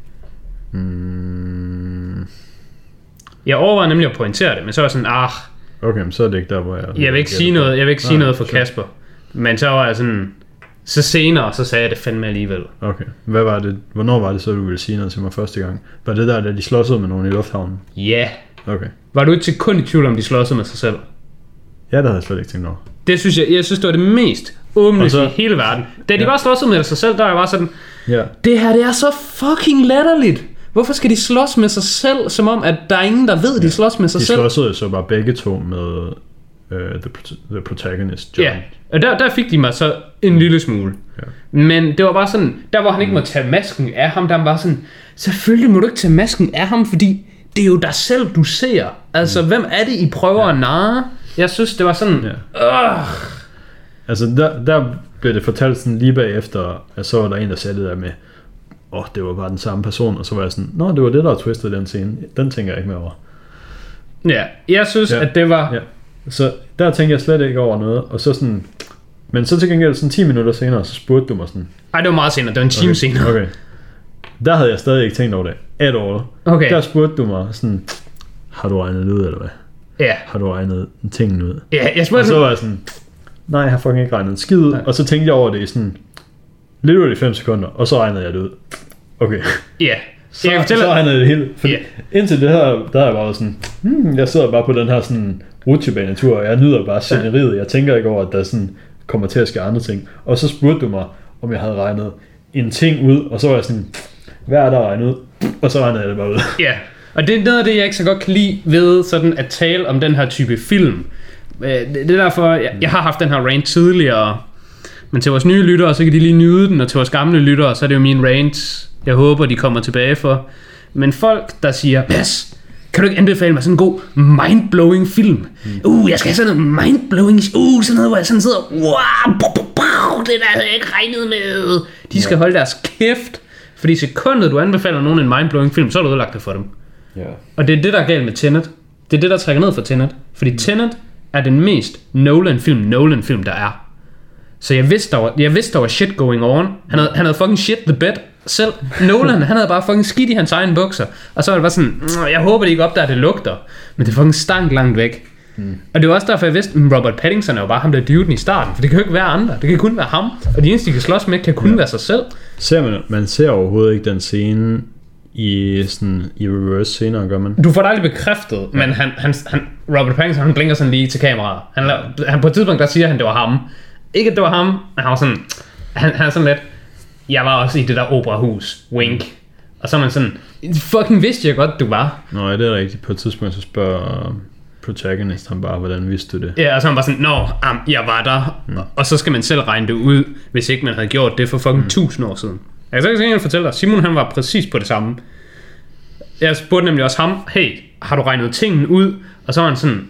Jeg overvejede nemlig at pointere det, men så var jeg sådan, okay, men så er det ikke der, hvor jeg vil ikke sige noget, sige noget for Kasper. Men så var jeg sådan, så senere, så sagde jeg det fandme alligevel. Okay, hvad var det? Hvornår var det så, du ville sige noget til mig første gang? Var det der, da de slåsede med nogen i lufthavnen? Ja. Okay. Var du ikke til kun i tvivl om, de slåsede med sig selv? Ja, det havde jeg slet ikke tænkt over. Det synes jeg synes, det var det mest åbenlyse i hele verden. Da de bare slåsede med sig selv, der var jeg bare sådan, det her, det er så fucking latterligt. Hvorfor skal de slås med sig selv, som om, at der er ingen, der ved, de slås med sig selv? De slåsede så bare begge to med the protagonist, John. Ja, og der fik de mig så en lille smule. Ja. Men det var bare sådan, der hvor han ikke må tage masken af ham, der var bare sådan, selvfølgelig må du ikke tage masken af ham, fordi det er jo dig selv, du ser. Altså, hvem er det, I prøver at narre? Jeg synes, det var sådan, Altså, der blev det fortalt sådan lige bagefter, at så var der en, der sagde det der med, det var bare den samme person, og så var jeg sådan, det var det, der twistede den scene. Den tænker jeg ikke mere over. Ja, jeg synes, at det var... Ja. Så der tænkte jeg slet ikke over noget, og så sådan... Men så til gengæld sådan 10 minutter senere, så spurgte du mig sådan... Ej, det var meget senere, det var en time senere. Okay. Der havde jeg stadig ikke tænkt over det. At år. Okay. Der spurgte du mig sådan... Har du regnet ud, eller hvad? Ja. Har du regnet tingene ud? Ja, jeg spurgte... Og så var jeg sådan... Nej, jeg har fucking ikke regnet en skid ud. Og så tænkte jeg over det i sådan... Literally 5 sekunder, og så regnede jeg det ud. Okay. Ja. Så regnede jeg det hele. Fordi indtil det her, der har jeg bare sådan... jeg sidder bare på den her sådan... rutsjebanetur, og jeg nyder bare sceneriet. Jeg tænker ikke over, at der sådan kommer til at ske andre ting. Og så spurgte du mig, om jeg havde regnet en ting ud, og så var jeg sådan, hvad er der regnet ud? Og så regnede jeg det bare ud. Ja, og det er noget af det, jeg ikke så godt kan lide ved sådan at tale om den her type film. Det er derfor, jeg har haft den her rant tidligere, men til vores nye lyttere, så kan de lige nyde den, og til vores gamle lyttere, så er det jo min rant, jeg håber, de kommer tilbage for. Men folk, der siger, yes, kan du ikke anbefale mig sådan en god mind-blowing film? Jeg skal have sådan noget mind-blowing, sådan noget, hvor jeg sådan sidder, det der havde jeg ikke regnet med. De skal holde deres kæft, fordi sekundet du anbefaler nogen en mind-blowing film, så er du ødelagt det for dem. Ja. Og det er det, der er galt med Tenet. Det er det, der trækker ned for Tenet. Fordi Tenet er den mest Nolan-film, der er. Så jeg vidste, der var shit going on. Han havde fucking shit the bed selv. Nolan, han havde bare fucking skidt i hans egen bukser. Og så var det bare sådan, jeg håber, de ikke opdager, det lugter. Men det fucking stank langt væk. Og det var også derfor, jeg vidste, at Robert Pattinson er jo bare ham, der er duden i starten. For det kan jo ikke være andre. Det kan kun være ham. Og de eneste, de kan slås med, kan kun være sig selv. Man ser overhovedet ikke den scene i reverse senere, gør man? Du får det aldrig bekræftet, men Robert Pattinson, han blinker sådan lige til kameraet. Han på et tidspunkt, der siger han, det var ham. Ikke, at det var ham, men han var sådan, han er sådan lidt, jeg var også i det der operahus, wink. Og så er man sådan, fucking vidste jeg godt, du var. Nå, det er rigtigt. På et tidspunkt, så spørger protagonist han bare, hvordan vidste du det? Ja, og så er han bare sådan, jeg var der. Og så skal man selv regne det ud, hvis ikke man havde gjort det for fucking 1000 år siden. Jeg kan så ikke fortælle dig, Simon han var præcis på det samme. Jeg spurgte nemlig også ham, hey, har du regnet tingene ud? Og så var han sådan,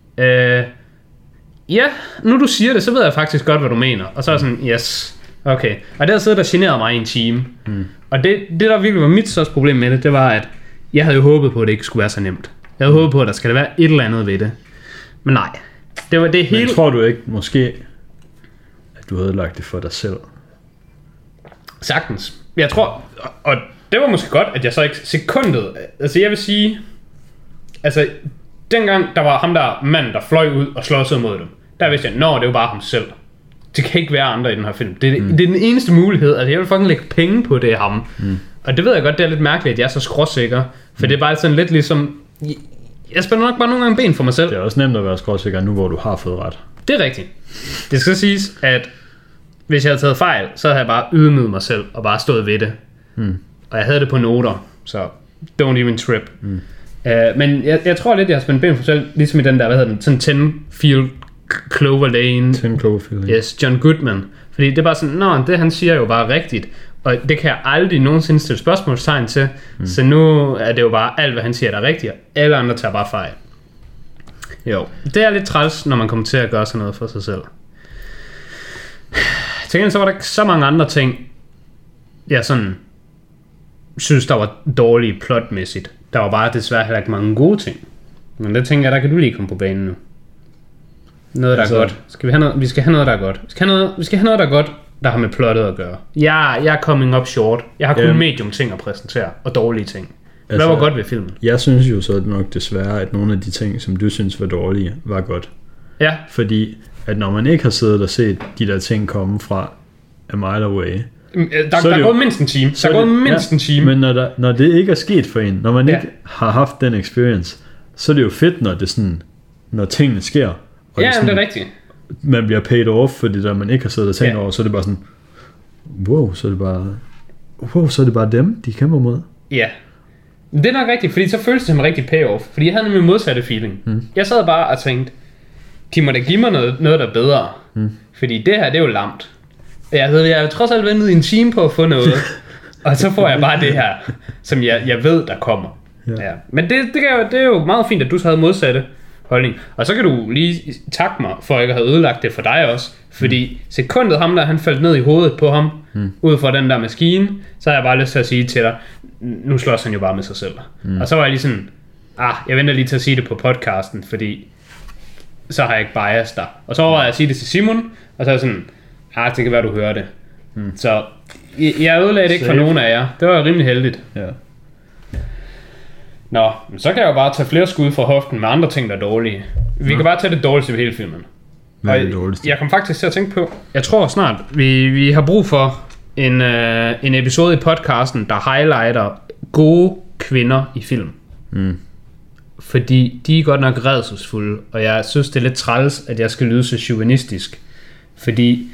ja, nu du siger det, så ved jeg faktisk godt, hvad du mener. Og så er jeg sådan, yes, okay. Og det har siddet og generet mig i en time. Og det der virkelig var mit største problem med det var, at jeg havde jo håbet på, at det ikke skulle være så nemt. Jeg havde håbet på, at der skal være et eller andet ved det. Men nej, det var det hele. Men tror du ikke måske, at du havde lagt det for dig selv? Sagtens. Jeg tror, og det var måske godt, at jeg så ikke sekundet, altså jeg vil sige, altså dengang der var ham der mand, der fløj ud og slåsede mod dem, der vidste jeg, det var bare ham selv. Det kan ikke være andre i den her film. Det er den eneste mulighed, at jeg vil fucking lægge penge på, det er ham. Og det ved jeg godt, det er lidt mærkeligt, at jeg er så skråsikker, for det er bare sådan lidt ligesom, jeg spænder nok bare nogle gange ben for mig selv. Det er også nemt at være skråsikker nu, hvor du har fået ret. Det er rigtigt. Det skal siges, at hvis jeg havde taget fejl, så havde jeg bare ydmyget mig selv og bare stået ved det. Og jeg havde det på noter, så don't even trip. Men jeg tror lidt, jeg har spændt ben for mig selv, ligesom i den der, hvad hedder den, sådan 10 Clover Lane. 10 Cloverfield. Yes, John Goodman. Fordi det er bare sådan, det han siger er jo bare rigtigt. Og det kan jeg aldrig nogensinde stille spørgsmålstegn til. Så nu er det jo bare alt, hvad han siger, der er rigtigt. Og alle andre tager bare fejl. Jo, det er lidt træls, når man kommer til at gøre sådan noget for sig selv. Til gengæld så var der ikke så mange andre ting, jeg sådan synes, der var dårlige plotmæssigt. Der var bare desværre heller ikke mange gode ting. Men det tænker jeg, der kan du lige komme på banen nu. Noget, der er godt. Vi skal have noget, der er godt. Vi skal have noget, der er godt, der har med plottet at gøre. Jeg er coming up short. Jeg har kun medium ting at præsentere, og dårlige ting. Hvad var godt ved filmen? Jeg synes jo så nok desværre, at nogle af de ting, som du synes var dårlige, var godt. Ja. Fordi at når man ikke har siddet og set de der ting komme fra a mile away, der er gået mindst en time. En time. Men når det ikke er sket for en, når man ikke har haft den experience, så er det jo fedt, når det sådan, når tingene sker. Og det er rigtigt. Man bliver paid off, fordi der man ikke har siddet og tænkt over, så er det bare sådan, så er det bare dem, de kæmper mod. Ja. Det er nok rigtigt, fordi så føles det som en rigtig payoff. Fordi jeg havde nemlig modsatte feeling. Jeg sad bare og tænkte, de må da give mig noget der er bedre. Fordi det her, det er jo lamt. Jeg har trods alt ventet i en time på at få noget. Og så får jeg bare det her, som jeg ved, der kommer. Ja. Men det er jo meget fint, at du så havde modsatte holdning. Og så kan du lige takke mig, for at jeg har ødelagt det for dig også. Fordi sekundet ham der, han faldt ned i hovedet på ham, ud fra den der maskine, så har jeg bare lyst til at sige til dig, nu slås han jo bare med sig selv. Og så var jeg lige sådan, jeg venter lige til at sige det på podcasten, fordi så har jeg ikke bias der. Og så overvejede jeg at sige det til Simon, og så er jeg sådan, det kan være, du hører det. Så jeg ødelagde det ikke for nogen af jer. Det var rimelig heldigt. Ja. Nå, så kan jeg jo bare tage flere skud fra hoften med andre ting, der er dårlige. Vi kan bare tage det dårligste ved hele filmen. Hvad er det dårligste? Jeg kom faktisk til at tænke på, jeg tror snart, vi har brug for en episode i podcasten, der highlighter gode kvinder i film. Fordi de er godt nok rædselsfulde, og jeg synes, det er lidt træls, at jeg skal lyde så chauvinistisk. Fordi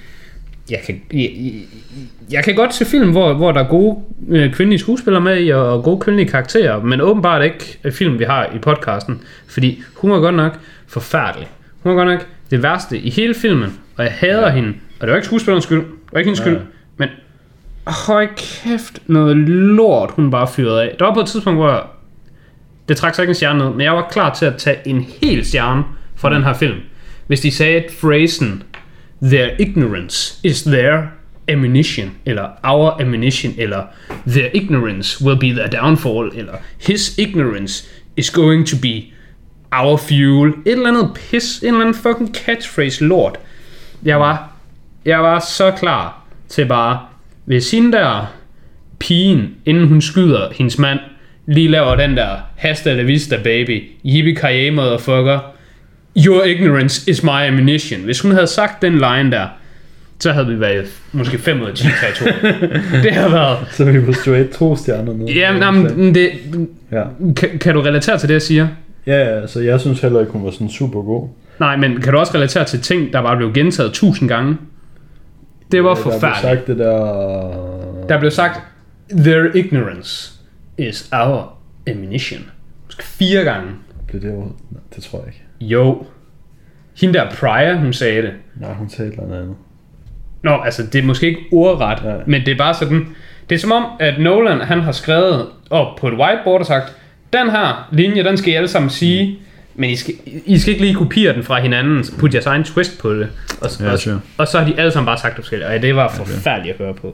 jeg kan godt se film, hvor der er gode kvindelige skuespillere med i, og gode kvindelige karakterer, men åbenbart ikke et film, vi har i podcasten, fordi hun var godt nok forfærdelig. Hun var godt nok det værste i hele filmen, og jeg hader hende, og det var ikke skuespillerens skyld, det var ikke hendes skyld, men høj kæft, noget lort, hun bare fyrede af. Der var på et tidspunkt, hvor det trak sig ikke en stjerne ned, men jeg var klar til at tage en hel stjerne fra den her film, hvis de sagde phrasen, their ignorance is their ammunition, eller our ammunition, eller their ignorance will be their downfall, eller his ignorance is going to be our fuel. Et eller andet pis, en eller anden fucking catchphrase lort. Jeg var så klar til bare, hvis hende der pigen, inden hun skyder hendes mand, lige laver den der hasta la vista baby, yippie-ki-yay motherfucker, your ignorance is my ammunition. Hvis hun havde sagt den line der, så havde vi været måske 5 ud af 10 territorier. Det har været... Så vi på straight 2 stjerner nu. Jamen, det... Ja. Kan du relatere til det, jeg siger? Ja, altså jeg synes heller ikke, hun var sådan super god. Nej, men kan du også relatere til ting, der bare blev gentaget 1000 gange? Det var forfærdeligt. Der blev sagt det der... Der blev sagt, their ignorance is our ammunition. Måske 4 gange. Det tror jeg ikke. Jo. Hende der Pryor, hun sagde det. Nej, hun sagde et eller andet. Nå, altså det er måske ikke ordret, ja. Men det er bare sådan, det er som om, at Nolan, han har skrevet op på et whiteboard og sagt, den her linje, den skal I alle sammen sige, men I skal ikke lige kopiere den fra hinanden, putte jeres egen twist på det. Og så har de alle sammen bare sagt det forskelligt, og det var forfærdeligt at høre på.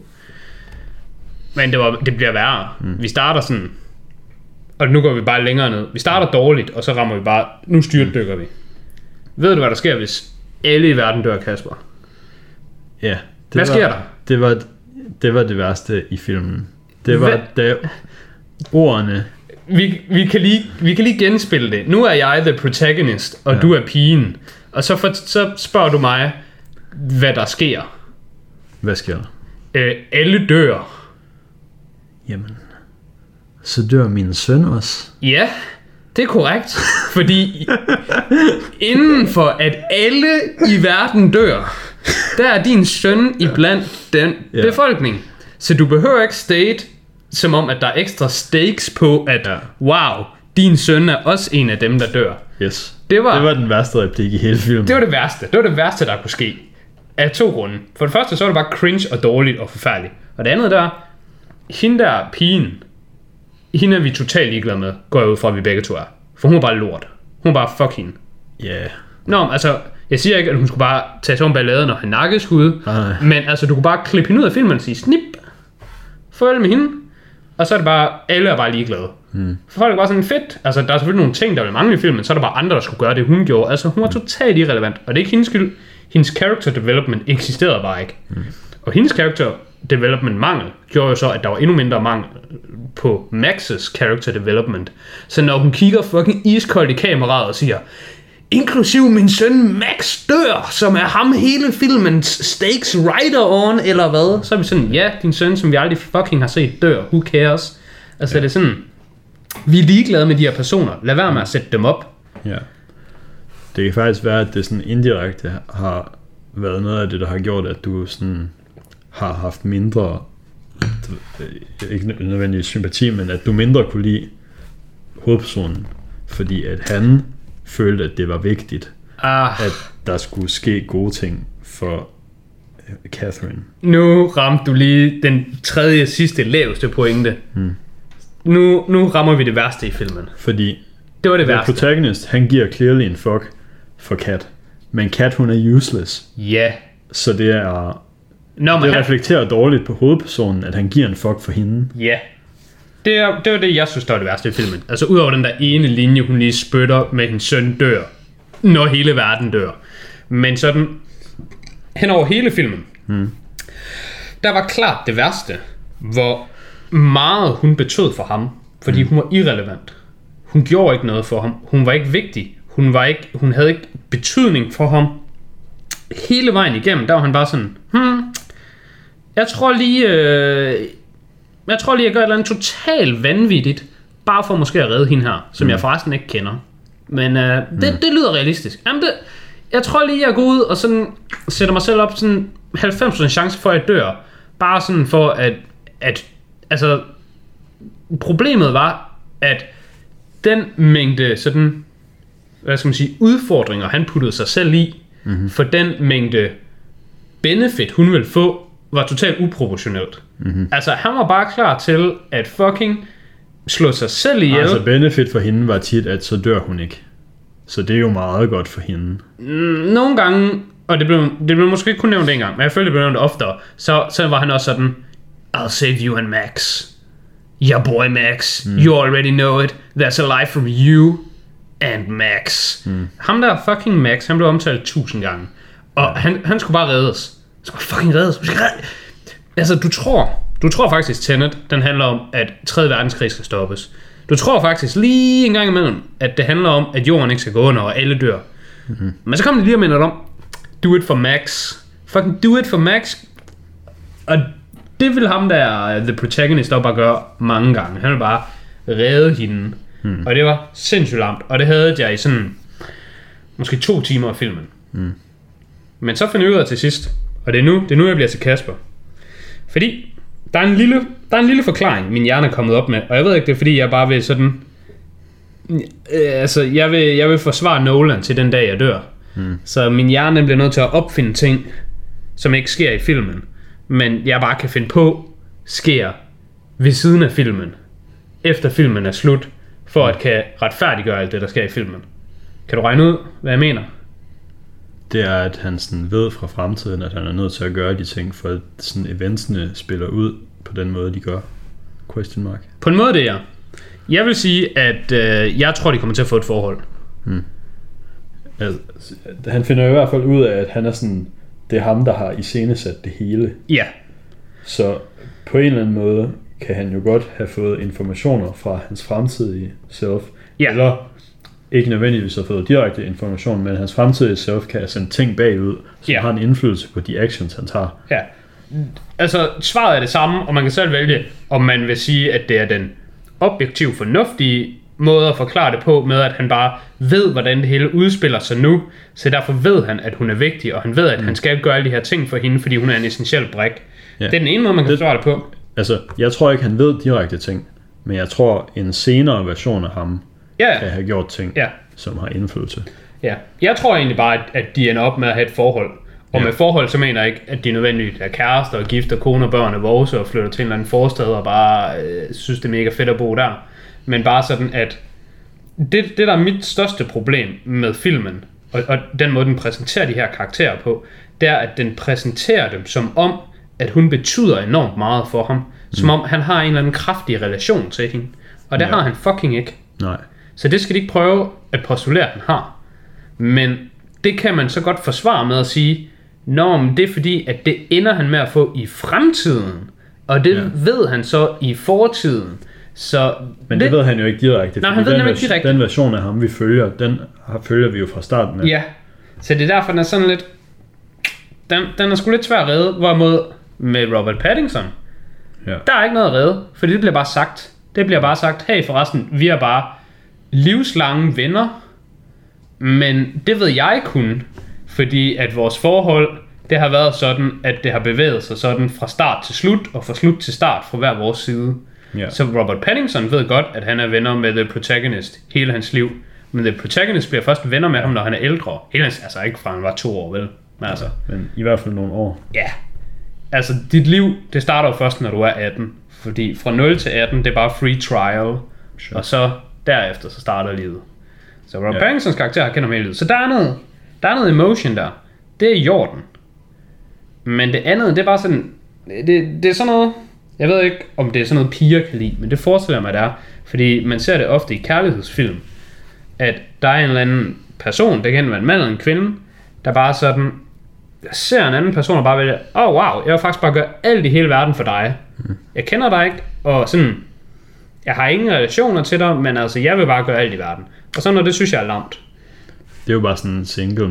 Men det bliver værre. Vi starter sådan, og nu går vi bare længere ned. Vi starter dårligt, og så rammer vi bare, nu styrtdykker vi. Ved du, hvad der sker, hvis alle i verden dør, Kasper? Ja. Hvad sker der? Det var det værste i filmen. Det var da ordene... Vi kan lige genspille det. Nu er jeg the protagonist, og du er pigen. Og så spørger du mig, hvad der sker. Hvad sker der? Alle dør. Jamen, så dør min søn også. Ja, det er korrekt. Fordi inden for at alle i verden dør, der er din søn iblandt den befolkning. Så du behøver ikke state, som om at der er ekstra stakes på, at wow, din søn er også en af dem, der dør. Yes. Det var den værste replik i hele filmen. Det var det værste, der kunne ske. Af 2 grunde. For det første, så var det bare cringe og dårligt og forfærdeligt. Og det andet der, hende der pigen, hende er vi totalt ligeglade med, går jeg ud fra, at vi begge to er. For hun er bare lort. Hun er bare fuck hende. Ja. Yeah. Nå, altså, jeg siger ikke, at hun skulle bare tage sådan en ballade, når han nakkeskud. Men altså, du kunne bare klippe hende ud af filmen og sige, snip, følg med hende. Og så er det bare, alle er bare ligeglade. For folk er bare sådan fedt. Altså, der er selvfølgelig nogle ting, der vil mangle i filmen, så er der bare andre, der skulle gøre det, hun gjorde. Altså, hun var totalt irrelevant. Og det er ikke hendes skyld. Hendes character development eksisterede bare ikke. Og hendes character development mangel gjorde jo så, at der var endnu mindre mangel på Max's character development. Så når hun kigger fucking iskoldt i kameraet og siger, inklusiv min søn Max dør, som er ham hele filmens stakes writer on, eller hvad? Så er vi sådan, ja, din søn, som vi aldrig fucking har set, dør. Who cares? Altså det er sådan, vi er ligeglade med de her personer. Lad være med at sætte dem op. Ja. Det kan faktisk være, at det sådan indirekte har været noget af det, der har gjort, at du sådan har haft mindre, ikke nødvendigvis sympati, men at du mindre kunne lide hovedpersonen, fordi at han følte, at det var vigtigt, at der skulle ske gode ting for Catherine. Nu ramte du lige den tredje, sidste, laveste pointe. Nu rammer vi det værste i filmen. Fordi det var det værste. Protagonist, han giver clearly en fuck for Cat. Men Cat, hun er useless. Ja. Så det er... det reflekterer dårligt på hovedpersonen, at han giver en fuck for hende. Ja. Det var det, jeg synes, der var det værste i filmen. Altså udover den der ene linje, hun lige spytter med hendes søn dør, når hele verden dør. Men sådan, hen over hele filmen, der var klart det værste, hvor meget hun betød for ham, fordi hun var irrelevant. Hun gjorde ikke noget for ham. Hun var ikke vigtig. Hun havde ikke betydning for ham. Hele vejen igennem, der var han bare sådan, jeg tror lige, jeg gør et eller andet totalt vanvittigt, bare for måske at redde hende her, som jeg forresten ikke kender. Men det lyder realistisk. Jamen jeg tror lige, jeg går ud og sådan sætter mig selv op sådan 90% chance for, at jeg dør. Bare sådan for at altså, problemet var, at den mængde sådan, hvad skal man sige, udfordringer, han puttede sig selv i, for den mængde benefit, hun ville få, var totalt uproportionelt. Altså, han var bare klar til at fucking slå sig selv ihjel. Altså, benefit for hende var tit, at så dør hun ikke. Så det er jo meget godt for hende. Nogle gange og det blev måske ikke kun nævnt en gang, men jeg følte, det blev nævnt oftere, så var han også sådan, I'll save you and Max. Yeah boy Max, you already know it. There's a life from you and Max. Ham der fucking Max, han blev omtalt 1000 gange. Og han skulle bare reddes. Han skulle fucking reddes. Altså du tror faktisk Tenet, den handler om, at 3. verdenskrig skal stoppes. Du tror faktisk lige en gang imellem, at det handler om, at jorden ikke skal gå under, og alle dør. Men så kommer det lige og minder om, do it for Max. Fucking do it for Max. Og det vil ham der, the protagonist, der bare gøre mange gange. Han vil bare redde hende. Og det var sindssygt langt. Og det havde jeg i sådan, måske 2 timer af filmen. Men så finder jeg ud af til sidst, og det er nu jeg bliver til Kasper. Fordi der er en lille forklaring, min hjerne er kommet op med. Og jeg ved ikke, det er fordi, jeg bare vil sådan... Altså, jeg vil forsvare Nolan til den dag, jeg dør. Så min hjerne bliver nødt til at opfinde ting, som ikke sker i filmen, men jeg bare kan finde på, sker ved siden af filmen, efter filmen er slut, for at kan retfærdiggøre alt det, der sker i filmen. Kan du regne ud, hvad jeg mener? Det er, at han sådan ved fra fremtiden, at han er nødt til at gøre de ting, for at sådan eventsene spiller ud på den måde, de gør. Question mark. På en måde det er. Jeg vil sige, at jeg tror, de kommer til at få et forhold. Altså, han finder i hvert fald ud af, at han er sådan, det er ham, der har iscenesat det hele. Ja. Så på en eller anden måde kan han jo godt have fået informationer fra hans fremtidige self. Ja. Eller ikke nødvendigvis have fået direkte information, men hans fremtidige self kan have sendt ting bagud, som har en indflydelse på de actions, han tager. Ja. Altså, svaret er det samme, og man kan selv vælge, om man vil sige, at det er den objektivt fornuftige måde at forklare det på, med at han bare ved, hvordan det hele udspiller sig nu, så derfor ved han, at hun er vigtig, og han ved, at han skal gøre alle de her ting for hende, fordi hun er en essentiel brik. Ja. Det er den ene måde, man kan svare det på. Altså, jeg tror ikke, han ved direkte ting, men jeg tror, en senere version af ham kan have gjort ting, som har indflydelse. Ja. Jeg tror egentlig bare, at de ender op med at have et forhold. Og med forhold, så mener jeg ikke, at de nødvendigvis er kærester og gifter, kone og børn og vose og flytter til en eller anden forstad og bare synes, det er mega fedt at bo der. Men bare sådan, at det der er mit største problem med filmen, og den måde, den præsenterer de her karakterer på, det er, at den præsenterer dem som om, at hun betyder enormt meget for ham. Som om han har en eller anden kraftig relation til hende. Og det har han fucking ikke. Nej. Så det skal de ikke prøve at postulere, at han har. Men det kan man så godt forsvare med at sige, men det er fordi, at det ender han med at få i fremtiden. Og det ved han så i fortiden. Så men det ved han jo ikke direkte. Nej, han ved nemlig ikke direkte. Den version af ham, vi følger, den følger vi jo fra starten af. Ja, så det er derfor, den er sådan lidt... Den er sgu lidt svær at redde, hvorimod med Robert Pattinson, der er ikke noget at redde, for det bliver bare sagt. Det bliver bare sagt, hey forresten, vi er bare livslange venner, men det ved jeg kun, fordi at vores forhold, det har været sådan, at det har bevæget sig sådan fra start til slut, og fra slut til start fra hver vores side. Yeah. Så Robert Pattinson ved godt, at han er venner med The Protagonist hele hans liv, men The Protagonist bliver først venner med ham, når han er ældre. Hele hans, altså ikke fra han var 2 år, vel? Men, altså, men i hvert fald nogle år. Ja. Altså dit liv, det starter jo først, når du er 18. Fordi fra 0 til 18, det er bare free trial. Sure. Og så derefter, så starter livet. Så Robert Pattinsons karakter kender mig hele livet. Så der er noget emotion der. Det er i orden. Men det andet, det er bare sådan... Det er sådan noget... Jeg ved ikke, om det er sådan noget piger kan lide, men det forestiller mig, det er. Fordi man ser det ofte i kærlighedsfilm, at der er en eller anden person, det kan være en mand eller en kvinde, der bare sådan ser en anden person og bare vælger, wow, jeg vil faktisk bare gøre alt i hele verden for dig. Jeg kender dig ikke, og sådan, jeg har ingen relationer til dig, men altså, jeg vil bare gøre alt i verden. Og sådan noget, det synes jeg er lamt. Det er jo bare sådan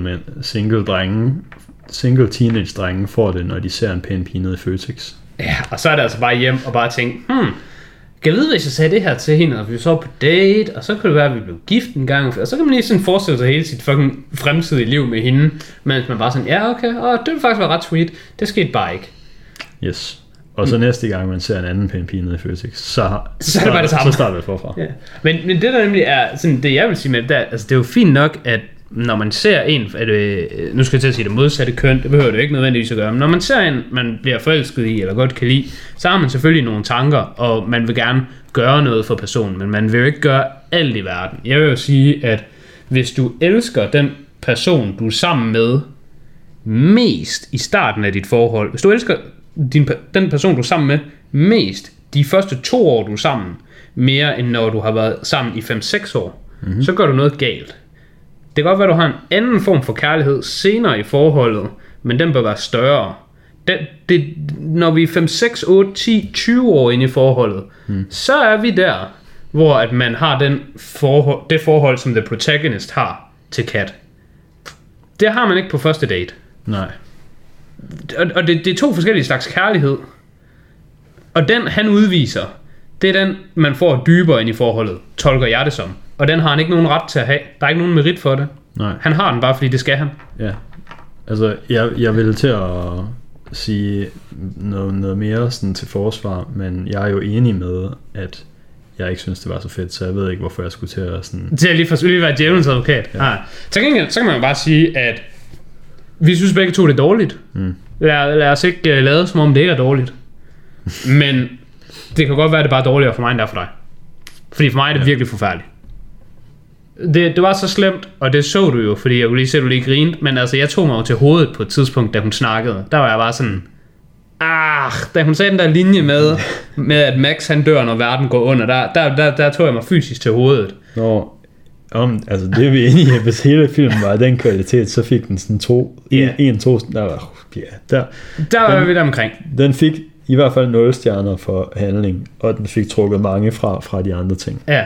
single teenage drenge får det, når de ser en pæn pige nede i Føtex. Ja, og så er det altså bare hjem og bare tænke, kan jeg vide, hvis jeg sagde det her til hende, og vi så på date, og så kunne det være, at vi blev gift en gang, og så kan man lige sådan forestille sig hele sit fucking fremtidige liv med hende, mens man bare sådan, ja okay, det vil faktisk være ret sweet, det skete bare ikke. Yes. Og så næste gang man ser en anden pæn pige nede i Føtex, så er det bare det samme. Så starter det forfra. Ja. Men det der nemlig er sådan, det jeg vil sige med det, altså det er jo fint nok, at når man ser en, nu skal jeg til at sige det modsatte køn, det behøver det ikke nødvendigvis at gøre, men når man ser en, man bliver forelsket i, eller godt kan lide, så har man selvfølgelig nogle tanker, og man vil gerne gøre noget for personen, men man vil jo ikke gøre alt i verden. Jeg vil jo sige, at hvis du elsker den person, du er sammen med, mest i starten af dit forhold, hvis du elsker den person, du er sammen med, mest de første 2 år, du er sammen, mere end når du har været sammen i 5-6 år, så gør du noget galt. Det kan godt være, at du har en anden form for kærlighed senere i forholdet, men den bør være større. Når vi er 5, 6, 8, 10, 20 år inde i forholdet, så er vi der, hvor at man har det forhold, som the protagonist har til Kat. Det har man ikke på første date. Nej. Og det er 2 forskellige slags kærlighed. Og den, han udviser, det er den, man får dybere ind i forholdet, tolker jeg det som. Og den har han ikke nogen ret til at have. Der er ikke nogen merit for det. Nej. Han har den bare, fordi det skal han. Ja. Altså, jeg vil til at sige noget mere sådan til forsvar, men jeg er jo enig med, at jeg ikke synes, det var så fedt, så jeg ved ikke, hvorfor jeg skulle til at sådan... Til at lige være djævelens advokat. Ja. Til gengæld, så kan man jo bare sige, at vi synes begge to, det er dårligt. Lad os ikke lade, som om det ikke er dårligt. Men det kan godt være, at det bare er dårligere for mig, end det er for dig. Fordi for mig er det virkelig forfærdeligt. Det var så slemt, og det så du jo, fordi jeg kunne lige se, at du lige grinede, men altså, jeg tog mig jo til hovedet på et tidspunkt, da hun snakkede. Der var jeg bare sådan, da hun sagde den der linje med at Max han dør, når verden går under, der tog jeg mig fysisk til hovedet. Altså det vi er enige i, hvis hele filmen var den kvalitet, så fik den sådan 2, der var vi der omkring. Den fik i hvert fald 0 stjerner for handling, og den fik trukket mange fra de andre ting. Ja.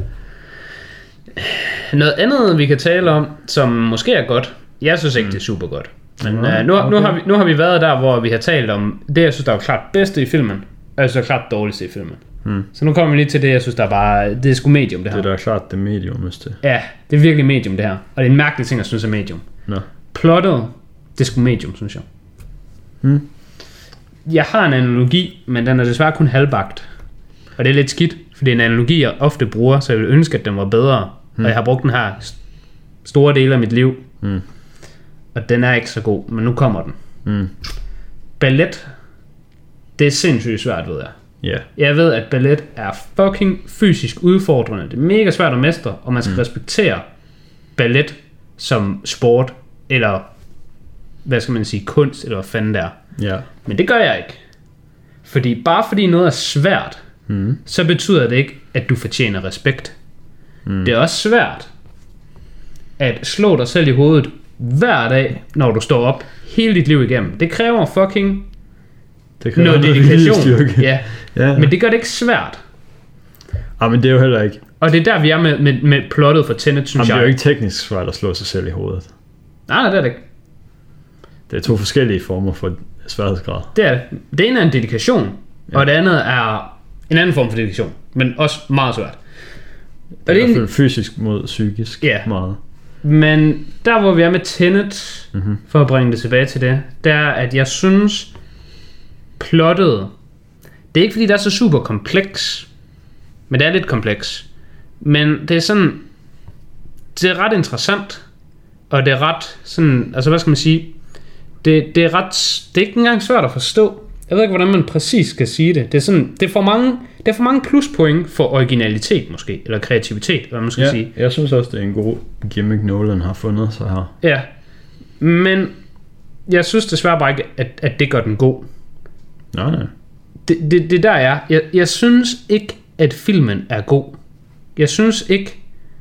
Noget andet vi kan tale om, som måske er godt. Jeg synes ikke det er super godt. Men nu har vi været der, hvor vi har talt om det, jeg synes der er klart bedste i filmen, og jeg synes der er klart dårligste i filmen. Så nu kommer vi lige til det, jeg synes der er bare, det er sgu medium det her. Det der er klart det medium, hvis det. Ja, det er virkelig medium det her, og det er en mærkelig ting, jeg synes er medium. Plottet, det er sgu medium, synes jeg. Jeg har en analogi, men den er desværre kun halvbagt. Og det er lidt skidt, for det er en analogi, jeg ofte bruger, så jeg vil ønske, at den var bedre. Og jeg har brugt den her store dele af mit liv. Og den er ikke så god, men nu kommer den. Ballet, det er sindssygt svært, ved jeg. Yeah. Jeg ved, at ballet er fucking fysisk udfordrende. Det er mega svært at mestre, og man skal respektere ballet som sport, eller hvad skal man sige, kunst, eller hvad fanden det er. Yeah. Men det gør jeg ikke. Fordi noget er svært, så betyder det ikke, at du fortjener respekt. Det er også svært at slå dig selv i hovedet hver dag, når du står op hele dit liv igennem. Det kræver fucking noget dedikation. Ja. Men det gør det ikke svært. Men det er jo heller ikke. Og det er der vi er med plottet for Tenet, synes jeg. Det er jo ikke teknisk svært at slå sig selv i hovedet. Nej, det er det ikke. Det er 2 forskellige former for sværhedsgrad. Det er det. Det ene er en dedikation, og det andet er en anden form for dedikation, men også meget svært. Det er i hvert fald fysisk mod psykisk meget. Men der hvor vi er med Tenet, for at bringe det tilbage til det, det er at jeg synes plottet, det er ikke fordi det er så super kompleks, men det er lidt kompleks, men det er sådan, det er ret interessant, og det er ret sådan, altså hvad skal man sige, det er ikke engang svært at forstå. Jeg ved ikke hvordan man præcis skal sige det. Det er sådan, det er for mange pluspoint for originalitet måske, eller kreativitet, hvad man skal sige. Jeg synes også det er en god gimmick Nolan har fundet sig her. Ja. Men jeg synes desværre bare ikke at det gør den god. Nej. Det der er. Jeg synes ikke at filmen er god. Jeg synes ikke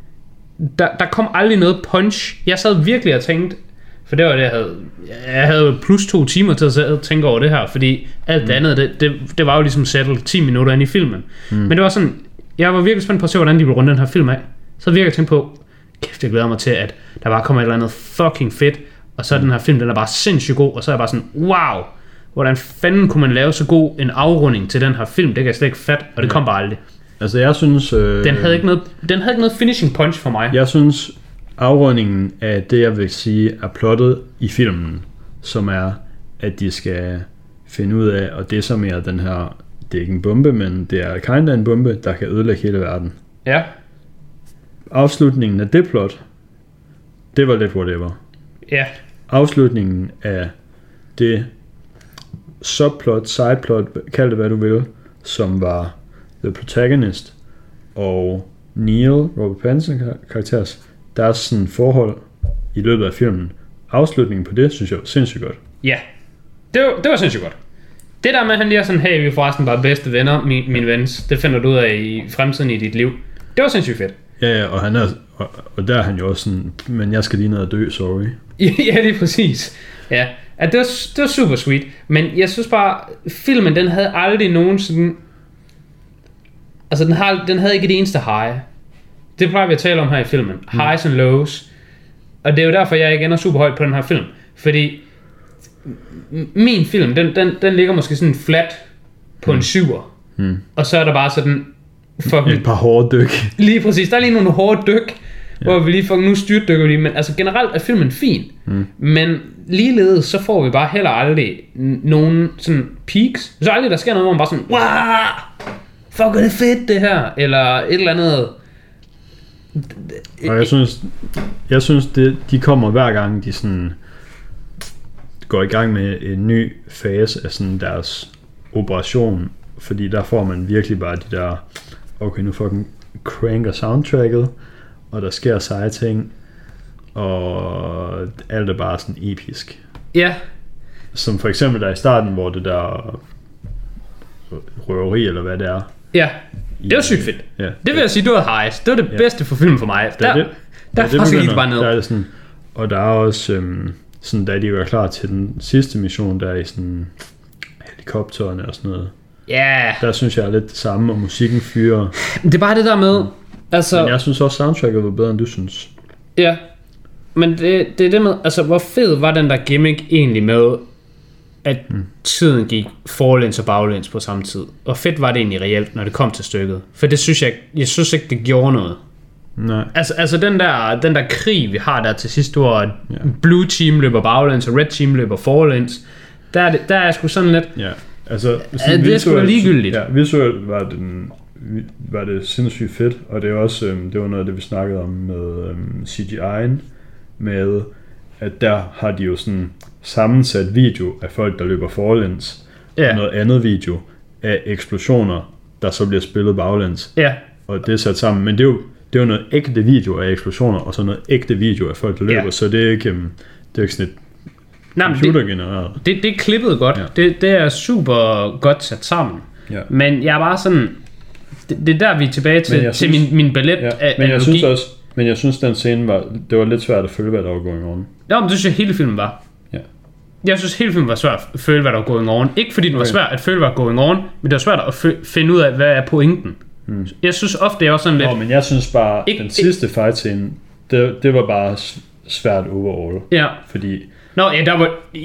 der kom aldrig noget punch. Jeg sad virkelig og tænkte, for det var det jeg havde plus 2 timer til at tænke over det her, fordi alt det andet det var jo ligesom settled 10 minutter ind i filmen. Men det var sådan, jeg var virkelig spændt på at se hvordan de ville runde den her film af. Så virkelig tænkte på, kæft jeg glæder mig til at der bare kommer et eller andet fucking fedt, og så den her film den er bare sindssygt god, og så er jeg bare sådan wow, hvordan fanden kunne man lave så god en afrunding til den her film? Det kan jeg slet ikke fatte, og det kom bare aldrig. Altså jeg synes den havde ikke noget finishing punch for mig. Jeg synes afrundingen af det jeg vil sige er plottet i filmen, som er at de skal finde ud af, og det som er den her, det er ikke en bombe, men det er kinda en bombe, der kan ødelægge hele verden. Ja. Afslutningen af det plot, det var lidt whatever. Ja. Afslutningen af det subplot, sideplot, kald det hvad du vil, som var the protagonist og Neil, Robert Pattinson karakters, deres sådan forhold i løbet af filmen afslutningen på det, synes jeg var sindssygt godt. Ja, det var sindssygt godt. Det der med, at han lige er sådan, hey, vi er forresten bare bedste venner, min vens, det finder du ud af i fremtiden i dit liv. Det var sindssygt fedt. Ja, og han er, og der er han jo også sådan, men jeg skal lige ned og dø, sorry. Ja, det er præcis. Ja, det var super sweet. Men jeg synes bare, filmen, den havde aldrig nogen sådan... Altså, den havde ikke det eneste high. Det plejer vi at tale om her i filmen. Highs and lows. Og det er jo derfor, jeg ikke ender super højt på den her film. Fordi min film, den ligger måske sådan flat på en 7'er. Og så er der bare sådan... Et par hårde dyk. Lige præcis. Der er lige nogle hårde dyk, hvor vi lige nu styrtdykker lige. Men altså generelt er filmen fin. Men ligeledes så får vi bare heller aldrig nogen sådan peaks. Så aldrig der sker noget, hvor man bare sådan, wow, fuck, er det fedt det her. Eller et eller andet. Og jeg synes de kommer hver gang de sådan går i gang med en ny fase af sådan deres operation. Fordi der får man virkelig bare de der, okay, nu fucking cranker soundtracket, og der sker seje ting, og alt er bare sådan episk. Ja. Som for eksempel der i starten, hvor det der røveri, eller hvad det er. Ja, det var sygt fedt. Ja, det vil jeg sige, det var highest. Det var det bedste for filmen for mig. Der faktisk bare ned. Der er det sådan, og der er også, sådan, da de var klar til den sidste mission, der er i sådan helikopterne og sådan noget. Ja. Der synes jeg er lidt det samme, og musikken fyrer. Det er bare det der med, altså... Men jeg synes også, soundtracket var bedre, end du synes. Ja, men det er det med, altså hvor fed var den der gimmick egentlig med, at tiden gik forlæns og baglæns på samme tid. Og fedt var det egentlig reelt, når det kom til stykket. For det synes jeg synes ikke, det gjorde noget. Nej. Altså den der krig, vi har der til sidst, hvor Blue Team løber baglæns, og Red Team løber forlæns, der er sgu sådan lidt... Ja. Altså, det er sgu da ligegyldigt. Ja, visuelt var det sindssygt fedt, og det er også det var noget af det, vi snakkede om med CGI'en, med at der har de jo sådan sammensat video af folk, der løber forlæns, og noget andet video af eksplosioner, der så bliver spillet baglæns. Ja. Og det er sat sammen, men det er jo noget ægte video af eksplosioner, og så noget ægte video af folk, der løber, så det er ikke sådan et computergenereret. Det er klippet godt. Ja. Det er super godt sat sammen. Ja. Men jeg er bare sådan... Det er der, vi er tilbage til min ballet af men jeg synes, den scene det var lidt svært at følge, hvad der var going on. Ja, men det synes jeg, hele filmen var. Ja. Jeg synes, hele filmen var svært at føle, hvad der var going on. Ikke fordi det var svært at føle, hvad der var going on, men det var svært at finde ud af, hvad er pointen. Jeg synes ofte, det er også sådan lidt... men jeg synes bare, den sidste fight scene, det var bare svært overall. Ja. Fordi... Nå, ja, der var...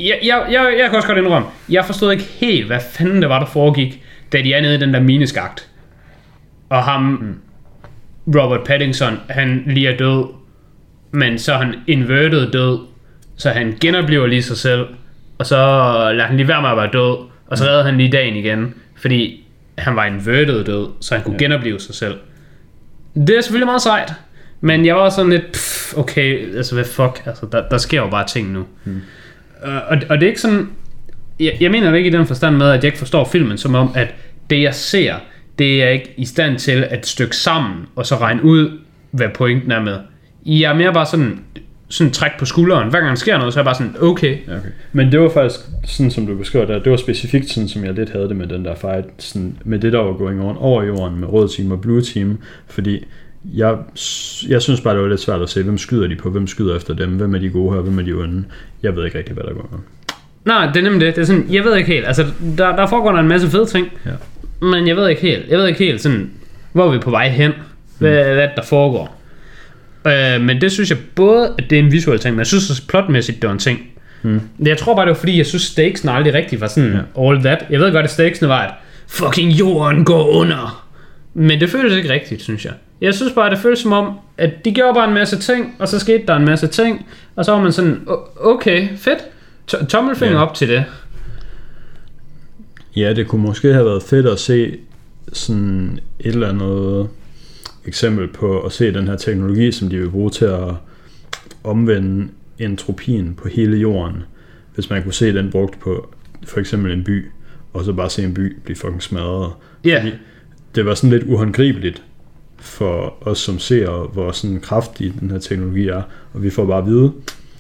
Jeg kan også godt indrømme, jeg forstod ikke helt, hvad fanden det var, der foregik, da de er nede i den der mineskagt. Og ham, Robert Pattinson, han lige er død, men så er han inverted død, så han genoplever lige sig selv, og så lader han lige være med at være død, og så redder han lige dagen igen, fordi han var inverted død, så han kunne genopleve sig selv. Det er selvfølgelig meget sejt, men jeg var sådan lidt, okay, altså hvad fuck, altså der sker jo bare ting nu. Og det er ikke sådan, jeg mener det ikke i den forstand med, at jeg ikke forstår filmen, som om, at det jeg ser, det er jeg ikke i stand til at stykke sammen, og så regne ud, hvad pointen er med. Jeg er mere bare sådan træk på skulderen. Hver gang der sker noget, så er jeg bare sådan, okay. Men det var faktisk sådan, som du beskriver der, det var specifikt sådan, som jeg lidt havde det med den der fight, sådan, med det der var going on over jorden, med rød team og blue team, fordi jeg synes bare, det var lidt svært at se, hvem skyder de på, hvem skyder efter dem, hvem er de gode her, hvem er de onde. Jeg ved ikke rigtig, hvad der går on. Nej, det er nemlig det. Det er sådan, jeg ved ikke helt. Altså, der foregår der en masse fede ting, men jeg ved ikke helt sådan, hvor er vi på vej hen, hvad der foregår. Men det synes jeg både, at det er en visuel ting, men jeg synes også plotmæssigt, det var en ting. Jeg tror bare, det var fordi, jeg synes, stakesene aldrig rigtig var sådan all that. Jeg ved godt, at stakesene var, at fucking jorden går under. Men det føles ikke rigtigt, synes jeg. Jeg synes bare, det føles som om, at de gjorde bare en masse ting, og så skete der en masse ting, og så var man sådan, okay, fedt. Tommelfinger op til det. Ja, det kunne måske have været fedt at se sådan et eller andet eksempel på at se den her teknologi, som de vil bruge til at omvende entropien på hele jorden. Hvis man kunne se den brugt på for eksempel en by, og så bare se en by blive fucking smadret. Fordi det var sådan lidt uhåndgribeligt for os som ser, hvor sådan kraftig den her teknologi er, og vi får bare at vide,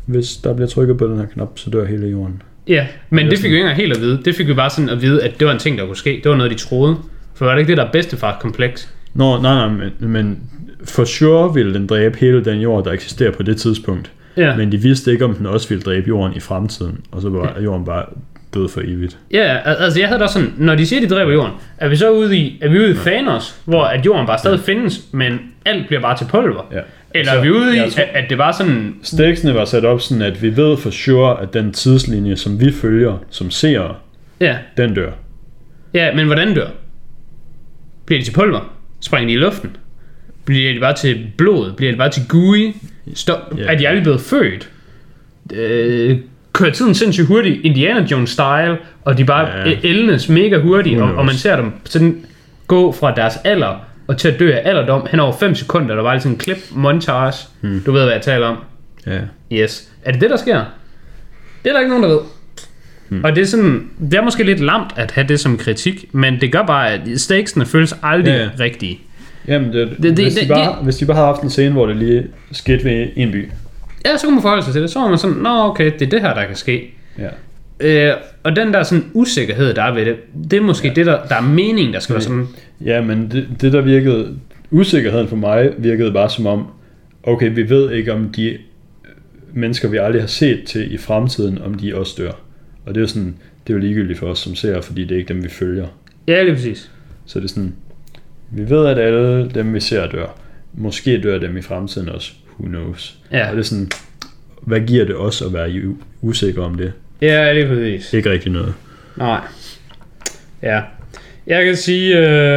hvis der bliver trykket på den her knap, så dør hele jorden. Ja, men det fik vi ikke engang helt at vide. Det fik vi bare sådan at vide, at det var en ting, der kunne ske. Det var noget, de troede. For var det ikke det, der er bedstefar-kompleks? Nej, men for sure ville den dræbe hele den jord, der eksisterer på det tidspunkt. Ja. Men de vidste ikke, om den også ville dræbe jorden i fremtiden. Og så var jorden bare død for evigt. Ja, altså jeg havde da sådan, når de siger, de dræber jorden, er vi så ude i Thanos, hvor at jorden bare stadig findes, men alt bliver bare til pulver? Ja. Eller er vi ude i, at det bare sådan... Stiksene var sat op sådan, at vi ved for sure, at den tidslinje, som vi følger, som seere, den dør. Ja, men hvordan dør? Bliver de til pulver? Springer de i luften? Bliver de bare til blod? Bliver de bare til gooey? Er de aldrig blevet født? Kører tiden sindssygt hurtigt, Indiana Jones style, og de bare ældes mega hurtigt, og man ser dem sådan gå fra deres alder og til at dø af alderdom hen over 5 sekunder. Der var lige sådan en klip montage. Du ved, hvad jeg taler om. Ja. Yes. Er det det, der sker? Det er der ikke nogen, der ved. Og det er sådan, det er måske lidt lamt at have det som kritik, men det gør bare, at stakesene føles aldrig rigtige. Jamen, hvis de bare havde haft en scene, hvor det lige skete ved en by. Ja, så kunne man forholde sig til det. Så var man sådan, nå okay, det er det her, der kan ske. Ja. Og den der sådan usikkerhed, der er ved det, det er måske det, der er meningen, der skal være sådan. Ja, men det der virkede, usikkerheden for mig virkede bare som om, okay, vi ved ikke, om de mennesker, vi aldrig har set til i fremtiden, om de også dør. Og det er jo sådan, det er jo ligegyldigt for os som ser, fordi det er ikke dem, vi følger. Ja, lige præcis. Så det er sådan, vi ved, at alle dem, vi ser, dør. Måske dør dem i fremtiden også. Who knows? Ja. Og det er sådan, hvad giver det os at være usikker om det? Ja, lige præcis. Ikke rigtig noget. Nej. Ja. Jeg kan sige...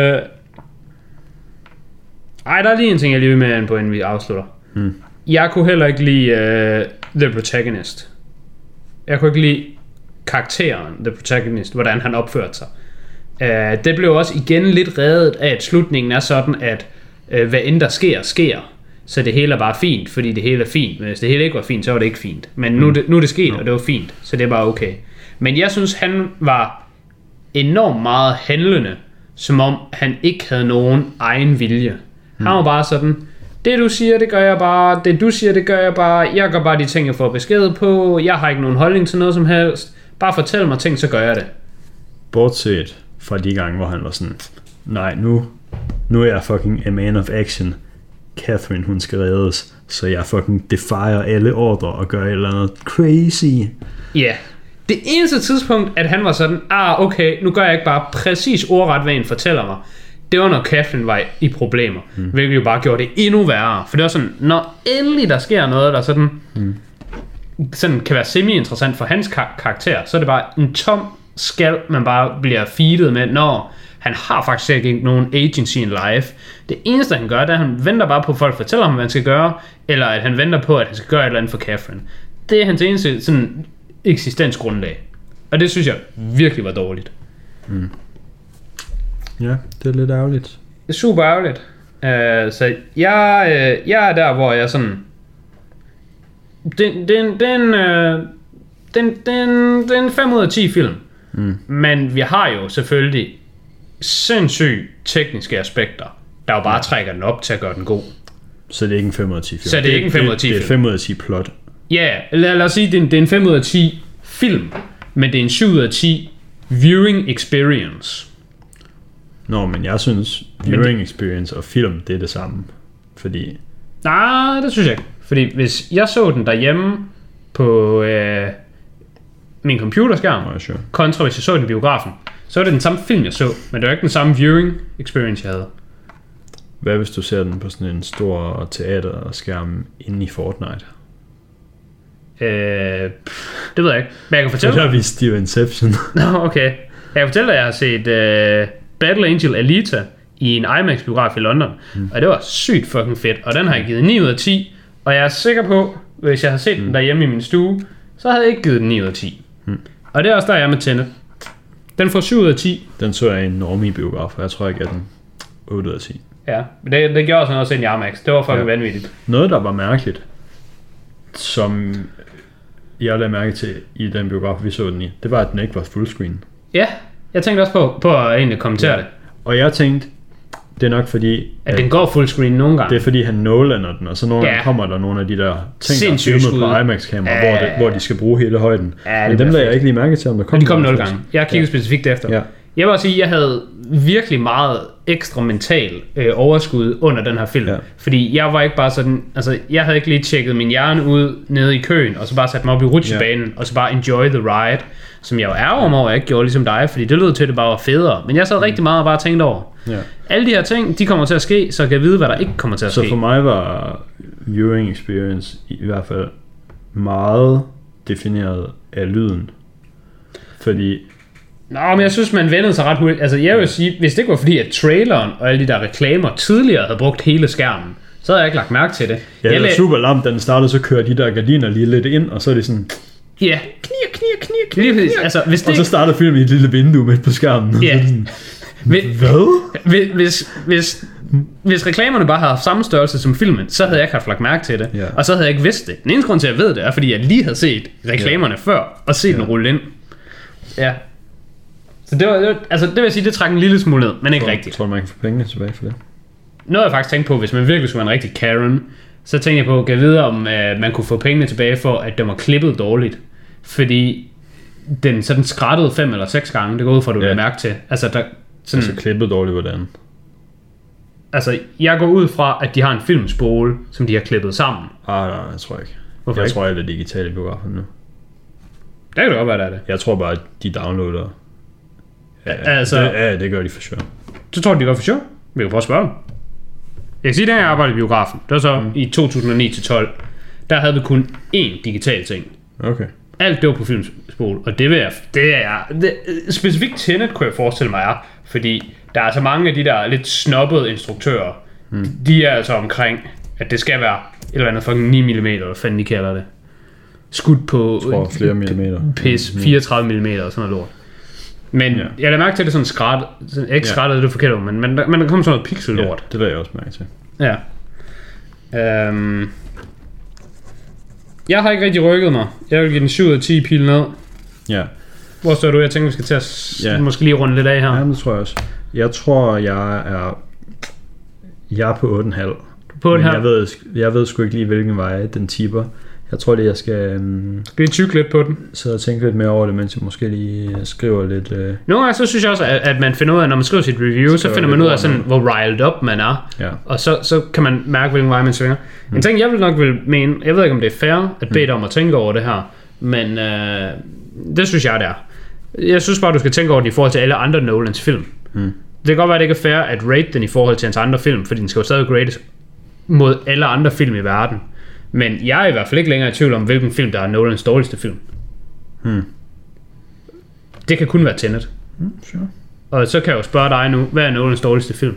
Ej, der er lige en ting, jeg lige vil med på, inden vi afslutter. Jeg kunne heller ikke lide The Protagonist. Jeg kunne ikke lide karakteren, The Protagonist, hvordan han opførte sig. Det blev også igen lidt reddet af, at slutningen er sådan, at hvad end der sker. Så det hele er bare fint, fordi det hele er fint. Men hvis det hele ikke var fint, så var det ikke fint. Men nu er det sket, og det var fint. Så det er bare okay. Men jeg synes, han var enormt meget handlende, som om han ikke havde nogen egen vilje. Han var bare sådan, det du siger, det gør jeg bare. Det du siger, det gør jeg bare. Jeg gør bare de ting, jeg får besked på. Jeg har ikke nogen holdning til noget som helst. Bare fortæl mig ting, så gør jeg det. Bortset fra de gange, hvor han var sådan, nej, nu er jeg fucking a man of action. Catherine, hun skal reddes, så jeg fucking defier alle ordre og gør et eller andet crazy. Ja, yeah. Det eneste tidspunkt, at han var sådan, okay, nu gør jeg ikke bare præcis ordret, hvad en fortæller mig. Det var, når Catherine var i problemer, hvilket jo bare gjorde det endnu værre. For det var sådan, når endelig der sker noget, der sådan kan være semi-interessant for hans karakter, så er det bare en tom skal, man bare bliver feedet med, når han har faktisk ikke nogen agency in life. Det eneste, han gør, det er, at han venter bare på, at folk fortæller ham, hvad han skal gøre, eller at han venter på, at han skal gøre et eller andet for Catherine. Det er hans eneste sådan eksistensgrundlag. Og det synes jeg virkelig var dårligt. Ja, det er lidt ærgerligt. Det er super ærgerligt. Så jeg er der, hvor jeg sådan... Det er en 5 ud af 10 film. Men vi har jo selvfølgelig sindssygt tekniske aspekter, der jo bare trækker den op til at gøre den god. Så det er ikke en 5 ud af 10 film. Så det er ikke en 5 ud af 10 film. Det er 5 ud af 10 plot. Ja, lad os sige, det er en 5 ud af 10 film, men det er en 7 ud af 10 viewing experience. Nå, men jeg synes, viewing experience og film, det er det samme. Fordi... Nej, det synes jeg ikke. Fordi hvis jeg så den derhjemme på min computerskærm, kontra hvis jeg så den i biografen, så er det den samme film, jeg så, men det var ikke den samme viewing experience, jeg havde. Hvad hvis du ser den på sådan en stor teaterskærm inde i Fortnite? Det ved jeg ikke. Men jeg kan fortælle dig... Der viste de jo Inception. Nå, okay. Jeg kan fortælle dig, at jeg har set Battle Angel Alita i en IMAX-biograf i London, og det var sygt fucking fedt, og den har jeg givet 9 ud af 10, og jeg er sikker på, hvis jeg havde set den derhjemme i min stue, så havde jeg ikke givet den 9 ud af 10. Og det er også der, jeg er med Tenet. Den får 7 ud af 10. Den så jeg i en normie biograf, og jeg tror, jeg gav den 8 ud af 10. Ja, det gjorde også noget at se en IMAX. Det var fucking vanvittigt. Noget, der var mærkeligt, som jeg lagde mærke til i den biograf, vi så den i, det var, at den ikke var fullscreen. Ja, jeg tænkte også på at egentlig kommentere det. Og jeg tænkte, det er nok fordi... At den går fullscreen nogle gange. Det er fordi, han Nolander den, og så nogle gange kommer der nogle af de der ting, der er filmet på IMAX-kamera, hvor de skal bruge hele højden. Men dem lader jeg ikke lige mærke til, om der kommer. De kom 0 gange. Jeg har kigget specifikt efter. Ja. Jeg vil også sige, at jeg havde virkelig meget ekstra mental overskud under den her film. Ja. Fordi jeg var ikke bare sådan... Altså, jeg havde ikke lige tjekket min hjerne ud nede i køen, og så bare sat mig op i rutsjebanen, og så bare enjoy the ride. Som jeg jo ærger mig over, at jeg ikke gjorde ligesom dig, fordi det lød til, at det bare var federe. Men jeg sad rigtig meget og bare tænkte over. Ja. Alle de her ting, de kommer til at ske, så kan jeg vide, hvad der ikke kommer til at ske. Så for mig var viewing experience i hvert fald meget defineret af lyden. Fordi... Nå, men jeg synes, man vendede sig ret hurtigt. Altså, jeg vil sige, hvis det ikke var fordi, at traileren og alle de der reklamer tidligere havde brugt hele skærmen, så havde jeg ikke lagt mærke til det. Ja, det var super lamt, da den startede, så kører de der gardiner lige lidt ind, og så er det sådan... Ja, knir. Altså, hvis det og så starter filmen i et lille vindue midt på skærmen. Ja. Hvad? Hvis reklamerne bare havde haft samme størrelse som filmen, så havde jeg ikke haft lagt mærke til det. Ja. Og så havde jeg ikke vidst det. Den eneste grund til, at jeg ved det, er fordi jeg lige havde set reklamerne før, og set den rulle ind. Ja. Så det var, altså det vil jeg sige, det trækker en lille smule ned, men ikke rigtigt. Tror du, man kan få pengene tilbage for det? Noget jeg faktisk tænkte på, hvis man virkelig skulle være en rigtig Karen, så tænkte jeg på, at jeg vide, om man kunne få pengene tilbage for, at den var klippet dårligt. Fordi den skrattede 5 eller 6 gange, det går ud fra, at du vil mærke til. Altså, klippet dårligt, hvordan? Altså, jeg går ud fra, at de har en filmspole, som de har klippet sammen. Nej, jeg tror ikke. Hvorfor jeg ikke? Tror, at det er digitalt i biografen nu. Det kan da godt være, det er det. Jeg tror bare, at de downloader. Det gør de for sure. Så tror de gør for sure? Vi kan prøve at spørge dem. Jeg kan sige, at jeg arbejdede i biografen. Det var så i 2009-12. Der havde vi kun én digital ting. Okay. Alt det var på filmspol, og det specifikt Tenet kunne jeg forestille mig er, fordi der er så mange af de der lidt snobbede instruktører, de er altså omkring, at det skal være et eller andet fucking 9 mm, eller hvad fanden de kalder det. Skudt på flere millimeter. Pis, 34 mm og sådan noget lort. Men jeg lader mærke til, at det er sådan ikke skrattet, det er forkert, men der kommer sådan noget pixel lort. Det lader jeg også mærke til. Ja. Jeg har ikke rigtig rykket mig. Jeg vil give den 7 ud af 10 pil ned. Ja. Hvor står du? Jeg tænker, vi skal til at måske lige runde lidt af her. Ja, det tror jeg også. Jeg tror, jeg er på 8,5. På 8,5? Jeg ved sgu ikke lige, hvilken vej den tipper. Jeg tror det, jeg skal lige tykke lidt på den. Så jeg tænker lidt mere over det, mens jeg måske lige skriver lidt. Nogle gange så synes jeg også, at man finder ud af, når man skriver sit review, så finder man ud af sådan, hvor riled up man er. Ja. Og så kan man mærke, hvilken vej man svinger. En ting, jeg vil mene, jeg ved ikke, om det er fair at bede dig om at tænke over det her, men det synes jeg, det er. Jeg synes bare, du skal tænke over det i forhold til alle andre Nolans film. Det kan godt være, at det ikke er fair at rate den i forhold til hans andre film, fordi den skal jo stadig rates mod alle andre film i verden. Men jeg er i hvert fald ikke længere i tvivl om, hvilken film, der er Nolans dårligste film. Det kan kun være Tenet. Sure. Og så kan jeg jo spørge dig nu, hvad er Nolans dårligste film?